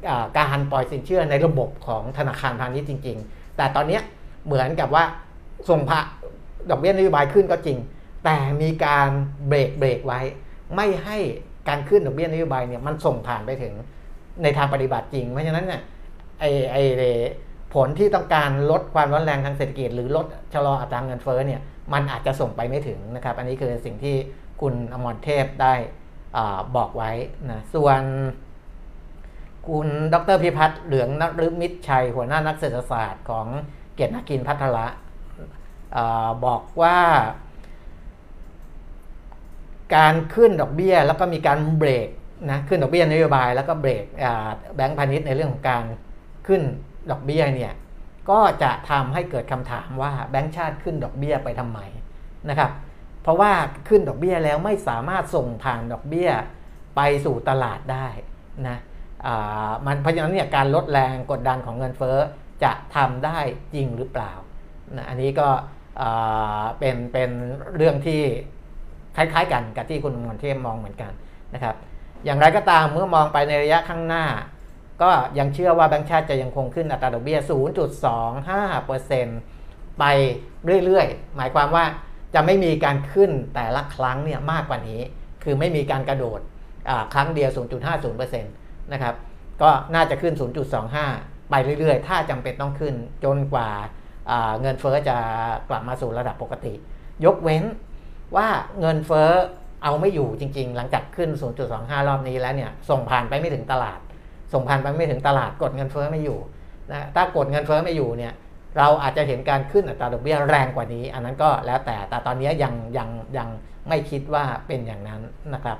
การปล่อยสินเชื่อในระบบของธนาคารพาณิชย์จริงๆแต่ตอนนี้เหมือนกับว่าส่งพระดอกเบี้ยนโยบายขึ้นก็จริงแต่มีการเบรกเบรกไว้ไม่ให้การขึ้นดอกเบี้ยนโยบายเนี่ยมันส่งผ่านไปถึงในทางปฏิบัติจริงเพราะฉะนั้นเนี่ยไอไอผลที่ต้องการลดความร้อนแรงทางเศรษฐกิจหรือลดชะลออัตราเงินเฟ้อเนี่ยมันอาจจะส่งไปไม่ถึงนะครับอันนี้คือสิ่งที่คุณอมรเทพได้บอกไว้นะส่วนคุณดร.พิพัฒน์เหลืองนฤมิตรชัยหัวหน้านักเศรษฐศาสตร์ของเกียรตินาคินภัทระบอกว่าการขึ้นดอกเบี้ยแล้วก็มีการเบรกนะขึ้นดอกเบี้ยนโยบายแล้วก็เบรกแบงก์พาณิชย์ในเรื่องของการขึ้นดอกเบี้ยเนี่ยก็จะทำให้เกิดคำถามว่าแบงก์ชาติขึ้นดอกเบี้ยไปทำไมนะครับเพราะว่าขึ้นดอกเบี้ยแล้วไม่สามารถส่งผ่านดอกเบี้ยไปสู่ตลาดได้นะมันเพราะฉะนั้นเนี่ยการลดแรงกดดันของเงินเฟ้อจะทำได้จริงหรือเปล่านะอันนี้ก็เป็นเป็นเรื่องที่คล้ายๆกันกับที่คุณมนเทพมองเหมือนกันนะครับอย่างไรก็ตามเมื่อมองไปในระยะข้างหน้าก็ยังเชื่อว่าแบงก์ชาติจะยังคงขึ้นอัตราดอกเบี้ย ศูนย์จุดสองห้าเปอร์เซ็นต์ ไปเรื่อยๆหมายความว่าจะไม่มีการขึ้นแต่ละครั้งเนี่ยมากกว่านี้คือไม่มีการกระโดดครั้งเดียว ศูนย์จุดห้าศูนย์เปอร์เซ็นต์ นะครับก็น่าจะขึ้น ศูนย์จุดสองห้า ไปเรื่อยๆถ้าจำเป็นต้องขึ้นจนกว่าเงินเฟ้อจะกลับมาสู่ระดับปกติยกเว้นว่าเงินเฟ้อเอาไม่อยู่จริงๆหลังจากขึ้น ศูนย์จุดสองห้า รอบนี้แล้วเนี่ยส่งผ่านไปไม่ถึงตลาดส่งผ่านไปไม่ถึงตลาดกดเงินเฟ้อไม่อยู่นะถ้ากดเงินเฟ้อไม่อยู่เนี่ยเราอาจจะเห็นการขึ้นอัตราดอกเบี้ยแรงกว่านี้อันนั้นก็แล้วแต่แต่ตอนนี้ยังยังยังไม่คิดว่าเป็นอย่างนั้นนะครับ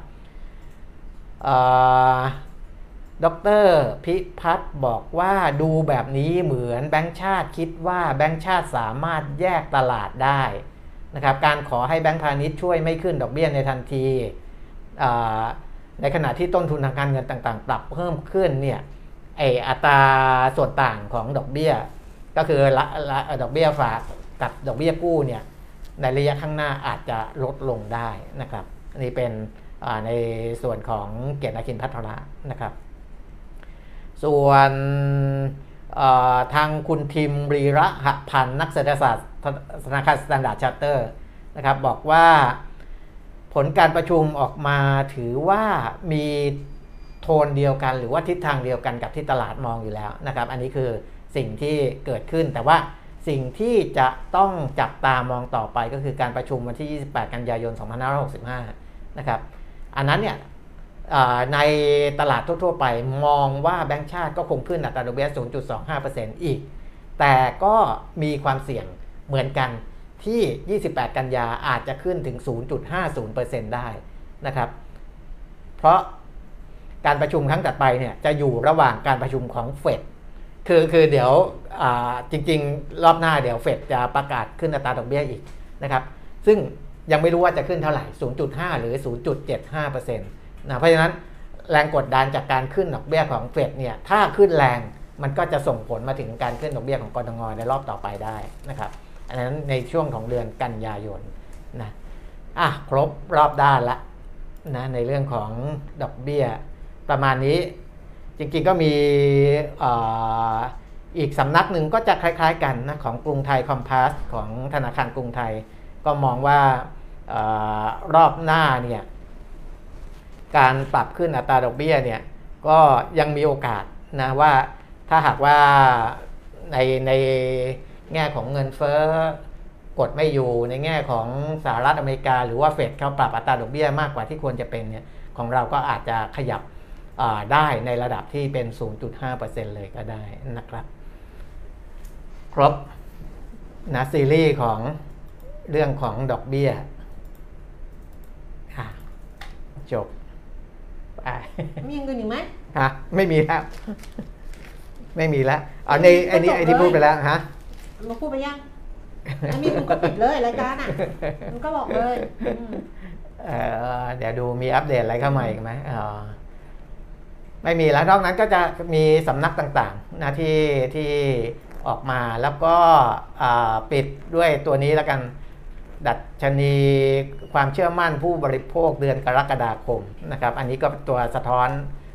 ดร.พิพัฒน์บอกว่าดูแบบนี้เหมือนแบงก์ชาติคิดว่าแบงก์ชาติสามารถแยกตลาดได้นะครับการขอให้แบงก์พาณิชย์ช่วยไม่ขึ้นดอกเบี้ยในทันทีในขณะที่ต้นทุนทางการเงินต่างๆปรับเพิ่มขึ้นเนี่ยไออัตราส่วนต่างของดอกเบี้ยก็คือดอกเบี้ยฝากกับดอกเบี้ยกู้เนี่ยในระยะข้างหน้าอาจจะลดลงได้นะครับอันนี้เป็นในส่วนของเกียรตินาคินภัทระนะครับส่วนทางคุณทิมรีระหพันธ์นักเศรษฐศาสตร์ธนาคารสแตนดาร์ดชาร์เตอร์นะครับบอกว่าผลการประชุมออกมาถือว่ามีโทนเดียวกันหรือว่าทิศทางเดียวกันกับที่ตลาดมองอยู่แล้วนะครับอันนี้คือสิ่งที่เกิดขึ้นแต่ว่าสิ่งที่จะต้องจับตามองต่อไปก็คือการประชุมวันที่ยี่สิบแปดกันยายนสองพันห้าร้อยหกสิบห้านะครับอันนั้นเนี่ยในตลาดทั่วๆไปมองว่าแบงก์ชาติก็คงขึ้นอัตราดอกเบี้ย ศูนย์จุดสองห้าเปอร์เซ็นต์ อีกแต่ก็มีความเสี่ยงเหมือนกันที่ยี่สิบแปดกันยาอาจจะขึ้นถึง ศูนย์จุดห้าศูนย์เปอร์เซ็นต์ ได้นะครับเพราะการประชุมครั้งต่อไปเนี่ยจะอยู่ระหว่างการประชุมของเฟดคือคือเดี๋ยวจริงๆรอบหน้าเดี๋ยวเฟดจะประกาศขึ้นอัตราดอกเบี้ยอีกนะครับซึ่งยังไม่รู้ว่าจะขึ้นเท่าไหร่ ศูนย์จุดห้า หรือ ศูนย์จุดเจ็ดห้าเปอร์เซ็นต์ นะเพราะฉะนั้นแรงกดดันจากการขึ้นดอกเบี้ยของเฟดเนี่ยถ้าขึ้นแรงมันก็จะส่งผลมาถึงการขึ้นดอกเบี้ยของกทงในรอบต่อไปได้นะครับอันนั้นในช่วงของเดือนกันยายนนะอ่ะครบรอบด้านละนะในเรื่องของดอกเบี้ยประมาณนี้จริงๆก็มีอ่าอีกสำนักหนึ่งก็จะคล้ายๆกันนะของกรุงไทยคอมพาสของธนาคารกรุงไทยก็มองว่าอารอบหน้าเนี่ยการปรับขึ้นอัตราดอกเบี้ยเนี่ยก็ยังมีโอกาสนะว่าถ้าหากว่าในในแง่ของเงินเฟ้อกดไม่อยู่ในแง่ของสหรัฐอเมริกาหรือว่าเฟดเขาปรับอัตราดอกเบี้ยมากกว่าที่ควรจะเป็นเนี่ยของเราก็อาจจะขยับได้ในระดับที่เป็น ศูนย์จุดห้าเปอร์เซ็นต์ เลยก็ได้นะครับครบนะซีรีส์ของเรื่องของดอกเบี้ยจบไปมีอย่างอื่นอีกไหมฮะไม่มีแล้วไม่มีแล้วอ๋อในไอ้นี่ไอ้ที่พูดไปแล้วฮะเราพูดไปยังไม่มีคุณก็ปิดเลยรายการอ่ะมันก็บอกเลยเออเดี๋ยวดูมีอัปเดตอะไรเข้ามาอีกไหมอ๋อไม่มีแล้วนอกนั้นก็จะมีสำนักต่างๆนะที่ที่ออกมาแล้วก็ปิดด้วยตัวนี้แล้วกันดัชนีความเชื่อมั่นผู้บริโภคเดือนกรกฎาคมนะครับอันนี้ก็ตัวสะท้อน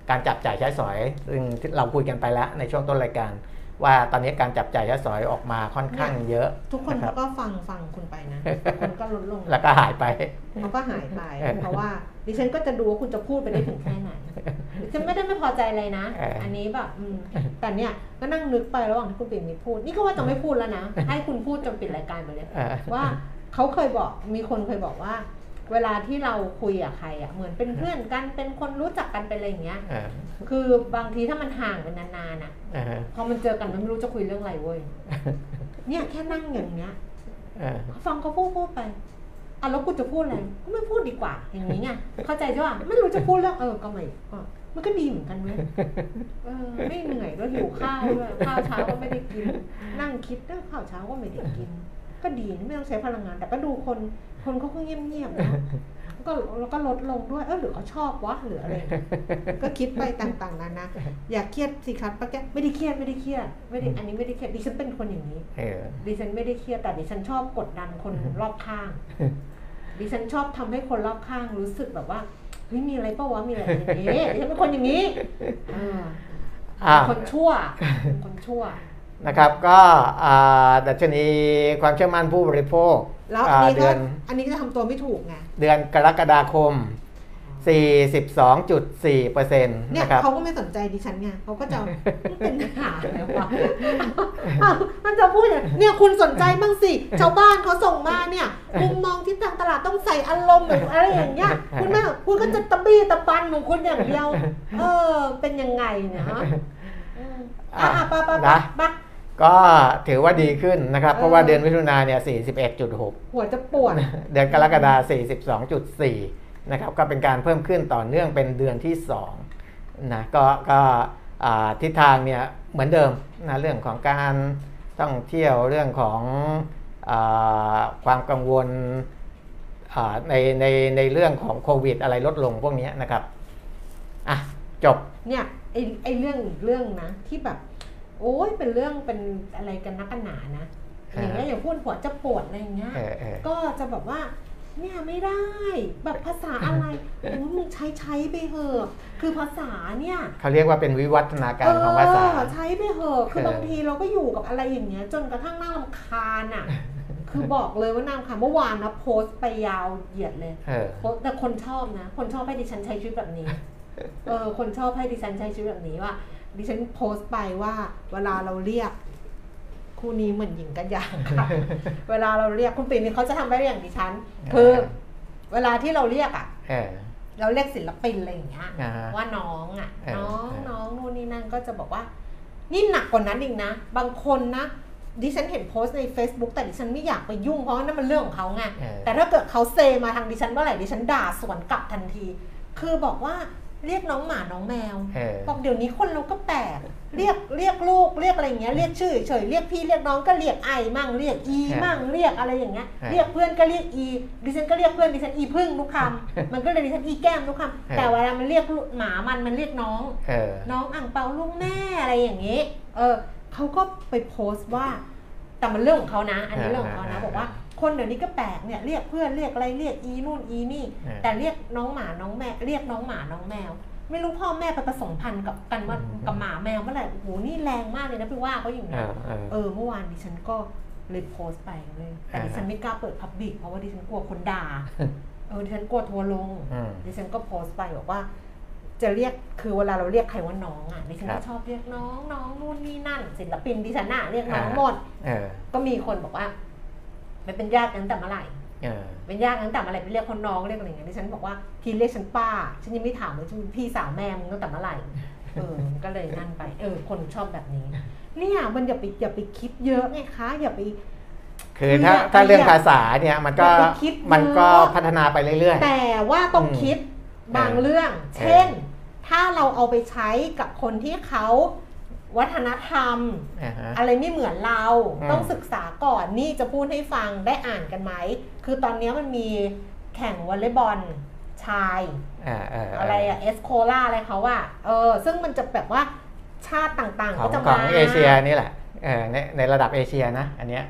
การจับจ่ายใช้สอยซึ่งเราคุยกันไปแล้วในช่วงต้นรายการว่าตอนนี้การจับจ่ายใช้สอยออกมาค่อนข้างเยอะทุกคนเขาก็ฟังฟังคุณไปนะคนก็ลดลงแล้วก็หายไปเขาก็หายไปเพราะว่าดิฉันก็จะดูว่าคุณจะพูดไปได้ถึงแค่ไหนดิฉันไม่ได้ไม่พอใจเลยนะอันนี้แบบแต่เนี่ยก็นั่งนึกไประหว่างที่คุณปิ่นมีพูดนี่ก็ว่าจะไม่พูดแล้วนะให้คุณพูดจนปิดรายการไปเลยว่าเขาเคยบอกมีคนเคยบอกว่าเวลาที่เราคุยกับใครอ่ะเหมือนเป็นเพื่อนกันเป็นคนรู้จักกันเป็นอะไรอย่างเงี้ยคือบางทีถ้ามันห่างเป็นนานๆอ่ะพอมันเจอกันมันไม่รู้จะคุยเรื่องอะไรเว้ยเนี่ยแค่นั่งอย่างเงี้ยฟังเขาพูดพูดไปอ่ะแล้วกูจะพูดอะไรก็ไม่พูดดีกว่าอย่างนี้ไงเข้าใจใช่ป่ะไม่รู้จะพูดเรื่องเออก็ไม่มันก็ดีเหมือนกันเว้ยเออไม่เหนื่อยแล้วหิวข้าวด้วยข้าวเช้าก็ไม่ได้กินนั่งคิดเรื่องข้าวเช้าก็ไม่ได้กินก็ดีไม่ต้องใช้พลังงานแต่ก็ดูคนคนเขาก็เงียบๆนะก็แล้วก็ลดลงด้วยเออหรือเขาชอบวะหรืออะไรก็คิดไปต่างๆนานาอย่าเครียดสิครับป้าแกไม่ได้เครียดไม่ได้เครียดไม่ได้อันนี้ไม่ได้เครียดดิฉันเป็นคนอย่างนี้ดิฉันไม่ได้เครียดแต่ดิฉันชอบกดดันคนรอบข้างดิฉันชอบทำให้คนรอบข้างรู้สึกแบบว่าเฮ้ยมีอะไรป่าววะมีอะไรอย่างนี้ดิฉันเป็นคนอย่างนี้อ่าคนชั่วคนชั่วนะครับก็ดัชนีความเชื่อมั่นผู้บริโภคแล้วอันนี้ก็อันนี้ก็ทำตัวไม่ถูกไงเดือนกรกฎาคม สี่สิบสองจุดสี่เปอร์เซ็นต์เนี่ยเขาก็ไม่สนใจดิฉันไงเขาก็จะเป็นหาอะไรวะมันจะพูดอย่างเนี่ยคุณสนใจบ้างสิชาวบ้านเขาส่งมาเนี่ยมุมมองที่ทางตลาดต้องใส่อารมณ์แบบอะไรอย่างเงี้ยคุณแม่คุณก็จะตะบี้ตะบันของคุณอย่างเดียวเออเป็นยังไงเนี่ยฮะอ่ะป้าป้าป้าก็ถือว่าดีขึ้นนะครับเพราะว่าเดือนมิถุนายนเนี่ย สี่สิบเอ็ดจุดหกหัวจะปวดเดือนกรกฎาคม สี่สิบสองจุดสี่ นะครับก็เป็นการเพิ่มขึ้นต่อเนื่องเป็นเดือนที่สองนะก็ก็ทิศทางเนี่ยเหมือนเดิมนะเรื่องของการท่องเที่ยวเรื่องของความกังวลในในในเรื่องของโควิดอะไรลดลงพวกนี้นะครับอ่ะจบเนี่ยไอไอเรื่องเรื่องนะที่แบบโอ้ยเป็นเรื่องเป็นอะไรกันนักกันหนานะอย่างเงี้ยอย่างพูดหัวจะปวดอะไรอย่างเงี้ยก็จะแบบว่าเนี่ยไม่ได้แบบภาษาอะไรโอ้มึงใช้ใช้ไปเหอะคือภาษาเนี่ยเขาเรียกว่าเป็นวิวัฒนาการของภาษาใช้ไปเหอะคือบางทีเราก็อยู่กับอะไรอย่างเงี้ยจนกระทั่งน่ารำคาญอ่ะคือบอกเลยว่าน่ารำคาญเมื่อวานนะโพสต์ไปยาวเหยียดเลยแต่คนชอบนะคนชอบให้ดิฉันใช้ชีวิตแบบนี้เออคนชอบให้ดิฉันใช้ชีวิตแบบนี้ว่าดิฉันโพสต์ไปว่าเวลาเราเรียกคู่นี้เหมือนหญิงกับยางค่ะเวลาเราเรียกคุณปิ่นนี่เขาจะทำได้อย่างดิฉันคือเวลาที่เราเรียกอ่ะเราเรียกศิลปินอะไรอย่างเงี้ยว่าน้องอ่ะน้องน้องนู่นนี่นั่นก็จะบอกว่านี่หนักกว่านั้นอีกนะบางคนนะดิฉันเห็นโพสต์ใน Facebook แต่ดิฉันไม่อยากไปยุ่งเพราะนั่นมันเรื่องของเขาไงแต่ถ้าเกิดเขาเซมาทางดิฉันเมื่อไหร่ดิฉันด่าสวนกลับทันทีคือบอกว่าเรียกน้องหมาน้องแมวบอกเดี๋ยวนี้คนเราก็แปลกเรียกเรียกลูกเรียกอะไรอย่างเงี้ยเรียกชื่อเฉยเรียกพี่เรียกน้องก็เรียกไอมั่งเรียกอีมั่งเรียกอะไรอย่างเงี้ยเรียกเพื่อนก็เรียกอีดิฉันก็เรียกเพื่อนดิฉันอีพึ่งทุกคำมันก็เลยดิฉันอีแก้มทุกคำแต่เวลามันเรียกหมามันมันเรียกน้องน้องอ่างเปาลูกแม่อะไรอย่างงี้เออเขาก็ไปโพสต์ว่าแต่มันเรื่องของเขานะอันนี้เรื่องของเขานะบอกว่าคนเดี๋ยวนี้ก็แปลกเนี่ยเรียกเพื่อนเรียกอะไรเรียกอีนู่นอีนี่แต่เรียกน้องหมาน้องแม่เรียกน้องหมาน้องแมวไม่รู้พ่อแม่ไปผสมพันธุ์กับกันว่ากับหมาแมวเมื่อไหร่โอ้โหนี่แรงมากเลยนะพี่ว่าเขาอย่างนี้เออเมื่อวานดิฉันก็เลยโพสต์ไปเลยแต่ดิฉันไม่กล้าเปิดพับบิกเพราะว่าดิฉันกลัวคนด่าเออดิฉันกลัวทัวร์ลงดิฉันก็โพสต์ไปบอกว่าจะเรียกคือเวลาเราเรียกใครว่าน้องอ่ะดิฉันก็ชอบเรียกน้องน้องนู่นนี่นั่นศิลปินดิฉันน่ะเรียกน้องหมดก็มีคนบอกว่ามันเป็นญาติกันแต่เมื่อไหร่เป็นญาติกันแต่อะไรไปเรียกคนน้องเรียกอะไรอย่างเงี้ยดิฉันบอกว่าพี่เรียกฉันป้าฉันยังไม่ถามเลยฉันเป็นพี่สาวแม่มึงตั้งแต่เมื่อไหร่เออก็เลยนั่นไปเออคนชอบแบบนี้เนี่ยมันอย่าไปอย่าไปคิดเยอะไงคะอย่าไปคือถ้าถ้าเรื่องภาษาเนี่ยมันก็มันก็พัฒนาไปเรื่อยๆแต่ว่าต้องคิดบางเรื่องเช่นถ้าเราเอาไปใช้กับคนที่เขาวัฒนธรรม uh-huh. อะไรไม่เหมือนเราต้องศึกษาก่อนนี่จะพูดให้ฟังได้อ่านกันไหมคือตอนนี้มันมีแข่งวอลเลย์บอลชาย uh-huh. อะไรอะเอสโคล่าอะไรเขาอะเออซึ่งมันจะแบบว่าชาติต่างๆก็จะมาของเอเชียนี่แหละเออในในระดับเอเชียนะอันเนี้ย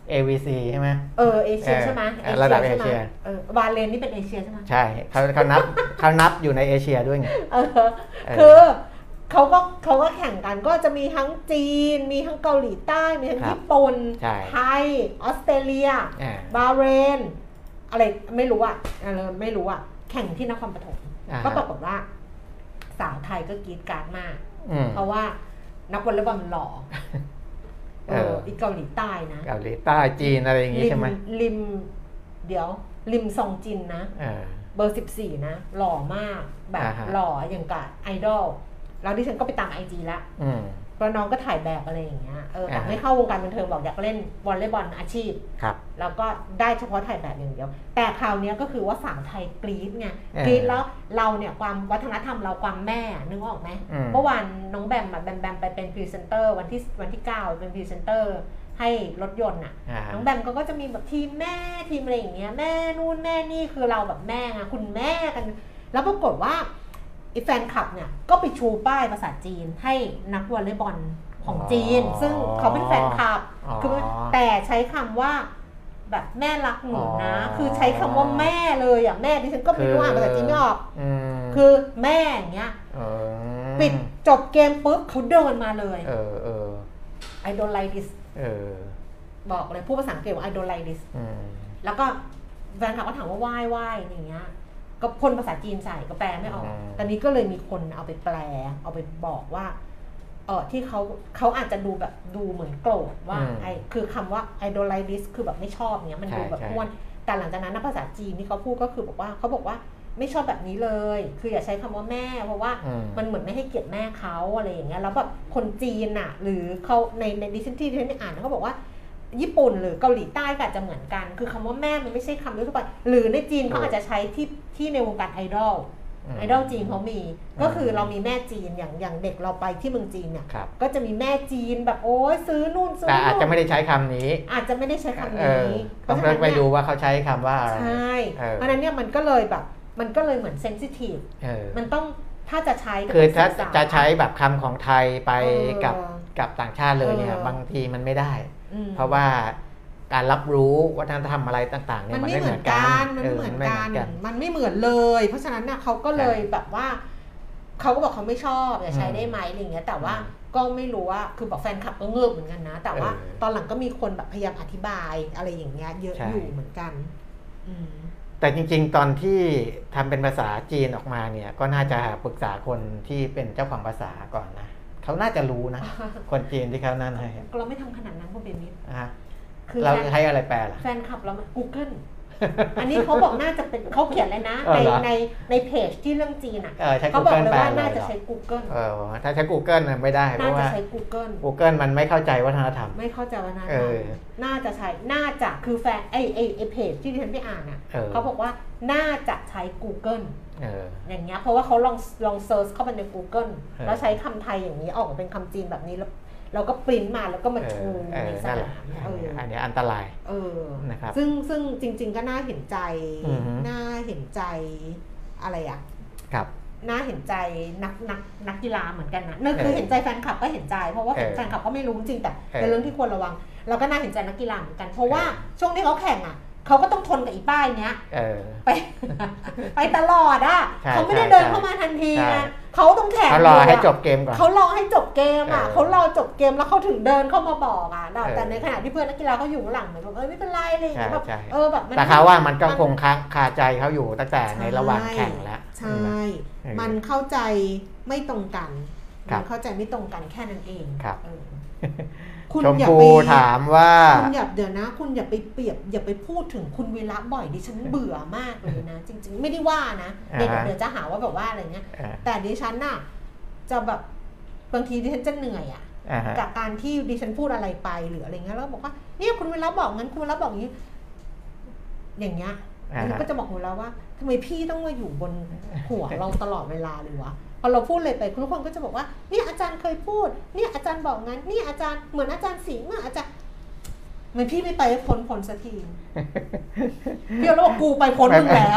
เอ วี ซี ใช่ไหมเออเอเชียใช่ไหมระดับเอเชียเออวาเลนนี่เป็นเอเชียใช่ไหมใช่เขาเขานับเขานับอยู่ในเอเชียด้วยไงเออคือเขาก็เขาก็แข่งกันก็จะมีทั้งจีนมีทั้งเกาหลีใต้มีทั้งญี่ปุ่นไทยออสเตรเลียบาห์เรนอะไรไม่รู้อ่ะอะไรไม่รู้อ่ะแข่งที่นครปฐมก็ปรากฏว่าสาวไทยก็กรี๊ดกราดมากเพราะว่านักวอลเลย์บอลมันหล่อเอออีเกาหลีใต้นะเกาหลีใต้จีนอะไรอย่างงี้ใช่ไหมริมเดี๋ยวริมซองจินนะเบอร์สิบสี่นะหล่อมากแบบหล่ออย่างกับไอดอลแล้วดิฉันก็ไปตามไอจีละเพราะน้องก็ถ่ายแบบอะไรอย่างเงี้ยเออแต่ไม่เข้าวงการบันเทิงบอกอยากเล่นวอลเลย์บอลอาชีพแล้วก็ได้เฉพาะถ่ายแบบอย่างเดียวแต่คราวนี้ก็คือว่าสาวไทยกรี๊ดไงกรี๊ดแล้วเราเนี่ยความวัฒนธรรมเราความแม่นึกออกไหมเมื่อวานน้องแบมแบมแบมไปเป็นพรีเซนเตอร์วันที่วันที่เก้าเป็นพรีเซนเตอร์ให้รถยนต์อ่ะน้องแบมก็จะมีแบบทีมแม่ทีมอะไรอย่างเงี้ยแม่นู่นแม่นี่คือเราแบบแม่ไงคุณแม่กันแล้วปรากฏว่าแฟนคลับเนี่ยก็ไปชูป้ายภาษาจีนให้นักวอลเลย์บอลของจีนซึ่งเขาเป็นแฟนคลับคือแต่ใช้คำว่าแบบแม่รักหนูนะคือใช้คำว่าแม่เลยอ่ะแม่ดิฉันก็ไม่รู้อ่านภาษาจีนไม่ออกคือแม่อย่างเงี้ยปิดจบเกมปุ๊บเขาเดินมาเลยเออเออ I don't like this บอกเลยพูดภาษาอังกฤษว่า I don't like this แล้วก็แฟนคลับก็ถามว่าว่ายว่ายอย่างเงี้ยก็พ่นภาษาจีนใส่ก็แปลไม่ออกตอนนี้ก็เลยมีคนเอาไปแปลเอาไปบอกว่าเออที่เขาเขาอาจจะดูแบบดูเหมือนโกรธว่าไอคือคำว่า I don't like this คือแบบไม่ชอบเนี้ยมันดูแบบม้วนแต่หลังจากนั้นนะภาษาจีนที่เขาพูดก็คือบอกว่าเขาบอกว่าไม่ชอบแบบนี้เลยคืออย่าใช้คำว่าแม่เพราะว่ามันเหมือนไม่ให้เกียรติแม่เขาอะไรอย่างเงี้ยแล้วแบบคนจีนอ่ะหรือเขาในในดิชั่นที่ที่ฉันอ่านเขาบอกว่าญี่ปุ่นหรือเกาหลีใต้ก็อาจจะเหมือนกันคือคำว่าแม่มันไม่ใช่คำทั่วไปหรือในจีนเขาอาจจะใช้ที่ที่ในวงการไอดอลไอดอลจีนเขามีก็คือเรามีแม่จีนอย่างอย่างเด็กเราไปที่เมืองจีนเนี่ยก็จะมีแม่จีนแบบโอ้ยซื้อนู่นซื้อแต่อาจจะไม่ได้ใช้คำนี้อาจจะไม่ได้ใช้คำนี้ต้องไปดูว่าเขาใช้คำว่าอะไรใช่เพราะนั้นเนี่ยมันก็เลยแบบมันก็เลยเหมือนเซนซิทีฟมันต้องถ้าจะใช้คือถ้าจะใช้แบบคำของไทยไปกับกับต่างชาติเลยเนี่ยบางทีมันไม่ได้เพราะว่าการรับรู้วัฒนธรรมอะไรต่างๆเนี่ยมันไม่เหมือนกันมันไม่เหมือนกันมันไม่เหมือนเลยเพราะฉะนั้นเนี่ยเขาก็เลยแบบว่าเขาก็บอกเขาไม่ชอบจะใช้ได้ไหมอะไรเงี้ยแต่ว่าก็ไม่รู้ว่าคือบอกแฟนคลับก็เงือบเหมือนกันนะแต่ว่าตอนหลังก็มีคนแบบพยายามอธิบายอะไรอย่างเงี้ยเยอะอยู่เหมือนกันแต่จริงๆตอนที่ทำเป็นภาษาจีนออกมาเนี่ยก็น่าจะปรึกษาคนที่เป็นเจ้าของภาษาก่อนนะเขาน่าจะรู้นะคนจีนที่เขานั่นให้เราไม่ทำขนาดนั้นพวกเบนนิดเราใช้อะไรแปลล่ะแฟนคลับเรา Google อันนี้เขาบอกน่าจะเป็นเขาเขียนเลยนะในในในเพจที่เรื่องจีนอ่ะเขาบอกเลยว่าน่าจะใช้ Google เออถ้าใช้ Google น่ะไม่ได้เพราะว่าน่าจะใช้ Google Google มันไม่เข้าใจวัฒนธรรมไม่เข้าใจวัฒนธรรมน่าจะใช้น่าจะคือแฟนไอไอไอเพจที่ดิฉันไปอ่านอ่ะเขาบอกว่าน่าจะใช้ Google อย่างเงี้ยเพราะว่าเขาลองลองเซิร์ชเข้าไปใน Google แล้วใช้คำไทยอย่างนี้ออกเป็นคำจีนแบบนี้แล้วเราก็ปริ้นมาแล้วก็มาโชว์ในสนามอันนี้อันตรายเออนะครับซึ่งซึ่งจริงๆก็น่าเห็นใจน่าเห็นใจอะไรอ่ะครับน่าเห็นใจนักนักนักกีฬาเหมือนกันนะนั่นคือเห็นใจแฟนคลับก็เห็นใจเพราะว่าแฟนคลับก็ไม่รู้จริงแต่เป็นเรื่องที่ควรระวังเราก็น่าเห็นใจนักกีฬาเหมือนกันเพราะว่าช่วงที่เขาแข่งอ่ะเขาก็ต้องทนกับอีป้ายเนี้ยไปไปตลอดอ่ะเขาไม่ได้เดินเข้ามาทันทีนะเขาต้องแข่งเขารอให้จบเกมก่อนเขารอให้จบเกมอ่ะเขารอจบเกมแล้วเขาถึงเดินเข้ามาบอกอ่ะแต่ในขณะที่เพื่อนนักกีฬาเขาอยู่หลังเหมือนแบบเออไม่เป็นไรเลยแบบเออแบบแต่เขาว่ามันก็คงคาใจเขาอยู่ตั้งแต่ในระหว่างแข่งแล้วใช่มันเข้าใจไม่ตรงกันมันเข้าใจไม่ตรงกันแค่นั้นเองคุณอย่าไปถามว่าคุณอย่าเดี๋ยวนะคุณอย่าไปเปรียบอย่าไปพูดถึงคุณวีระบ่อยดิฉันเบื่อมากเลยนะจริงๆไม่ได้ว่านะเดี๋ยวเดี๋ยวจะหาว่าแบบว่าอะไรเงี้ยแต่ดิฉันน่ะจะแบบบางทีดิฉันจะเหนื่อยอ่ะจากการที่ดิฉันพูดอะไรไปหรืออะไรเงี้ยแล้วบอกว่าเนี่ยคุณวีระบอกงั้นคุณวีระบอกอย่างนี้อย่างเงี้ยอันนี้ก็จะบอกคุณแล้วว่าทำไมพี่ต้องมาอยู่บนหัวเราตลอดเวลาเลยวะพอเราพูดเลยไปทุกคนก็จะบอกว่าเนี่ยอาจารย์เคยพูดเนี่ยอาจารย์บอกงั้นเนี่ยอาจารย์เหมือนอาจารย์สิงห์อาจารย์มันพี่ไม่ไปพ้นพ้นสักทีพี่เราบอกกูไปพ้นมึงแล้ว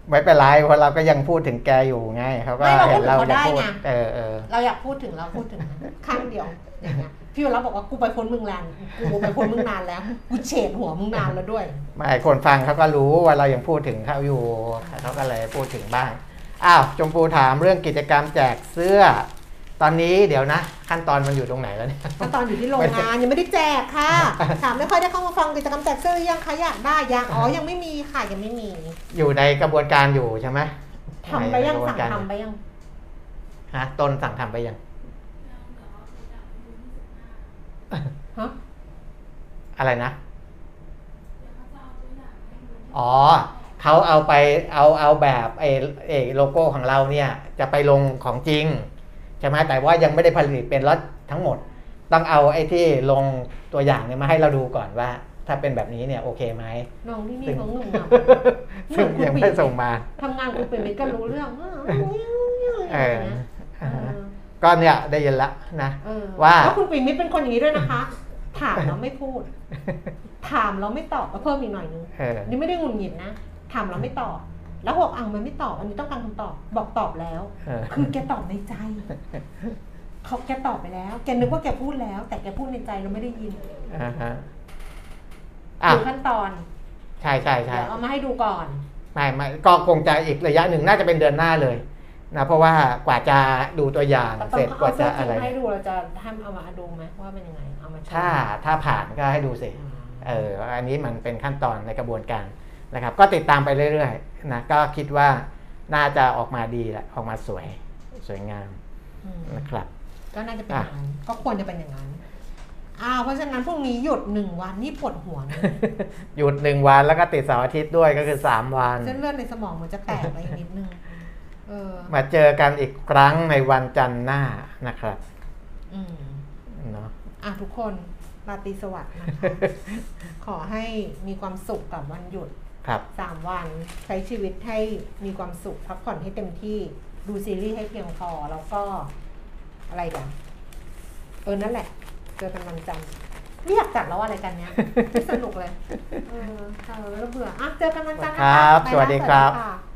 ไม่เป็นไรเพราะเราก็ยังพูดถึงแกอยู่ไงเขาก็เห็นเราอยากพูดเออเออเราอยากพูดถึงเราพูดถึงข้างเดียวอย่างเงี้ยพี่วันรับบอกว่ากูไปพ้นมึงนานกูไปพ้นมึงนานแล้วกูเฉดหัวมึงนานแล้วด้วยไม่คนฟังเขาก็รู้ว่าเรายังพูดถึงเขาอยู่เขาก็เลยพูดถึงบ้างอ้าวชมพูถามเรื่องกิจกรรมแจกเสื้อตอนนี้เดี๋ยวนะขั้นตอนมันอยู่ตรงไหนแล้วเนี่ยขั้นตอนอยู่ที่โรงงานยังไม่ได้แจกค่ะถามไม่ค่อยได้เข้ามาฟังกิจกรรมแจกเสื้อหรือยังคะอยากได้ยังอ๋อยังไม่มีค่ะยังไม่มีอยู่ในกระบวนการอยู่ใช่ไหมทำไปยังสั่งทำไปยังฮะต้นสั่งทำไปยังฮะอะไรนะอ๋อเขาเอาไปเอาเอาแบบไอ้ไอ้โลโก้ของเราเนี่ยจะไปลงของจริงใช่ไหมแต่ว่ายังไม่ได้ผลิตเป็นล็อตทั้งหมดต้องเอาไอ้ที่ลงตัวอย่างเนี่ยมาให้เราดูก่อนว่าถ้าเป็นแบบนี้เนี่ยโอเคไหมน้องที่นี่เขาหนุ่มซึ่งยังไม่ส่งมาทำงานกูเป็นไม่ก็รู้เรื่องเออก็เนี่ยได้ยินละนะว่าแล้วคุณปิ่นมิตรเป็นคนอย่างนี้ด้วยนะคะถามแล้วไม่พูดถามแล้วไม่ตอบเพิ่มอีกหน่อยนึงนี่ไม่ได้งุนหงิดนะถามแล้วไม่ตอบแล้วบอกอ่ะมันไม่ตอบอันนี้ต้องการคำตอบบอกตอบแล้วคือแกตอบในใจเขาแกตอบไปแล้วแกนึกว่าแกพูดแล้วแต่แกพูดในใจเราไม่ได้ยินดูขั้นตอนใช่ใช่ใช่เดี๋ยวเอามาให้ดูก่อนไม่ไม่ก็คงจะอีกระยะหนึ่งน่าจะเป็นเดือนหน้าเลยนะเพราะว่ากว่าจะดูตัวอย่างเสร็จกว่าจะอะไรให้ดูเราจะให้เอามาดูไหมว่าเป็นยังไงเอามาถ้าถ้าผ่านก็ให้ดูสิเอออันนี้มันเป็นขั้นตอนในกระบวนการนะครับก็ติดตามไปเรื่อยๆนะก็คิดว่าน่าจะออกมาดีแหละออกมาสวยสวยงามนะครับก็น่าจะเป็นอย่างนั้นก็ควรจะเป็นอย่างนั้นอ้าวเพราะฉะนั้นพรุ่งนี้หยุดหนึ่งวันนี่ปวดหัวหยุดหนึ่งวันแล้วก็ติดเสาร์อาทิตย์ด้วยก็คือสามวันเส้นเลือดในสมองมันจะแตกไปนิดนึงมาเจอกันอีกครั้งในวันจันทร์หน้านะครับอืมเนาะอ่ะทุกคนราตรีสวัสดิ์นะคะขอให้มีความสุขกับวันหยุดสามวันใช้ชีวิตให้มีความสุขพักผ่อนให้เต็มที่ดูซีรีส์ให้เพียงพอแล้วก็อะไรกันเออนั่นแหละเจอกันวันจันทร์ไม่อยากจัดแล้วอะไรกันเนี้ยสนุกเลยเออเออแล้วเบื่ออ่ะเจอกันวันจันทร์นะครับสวัสดีครับ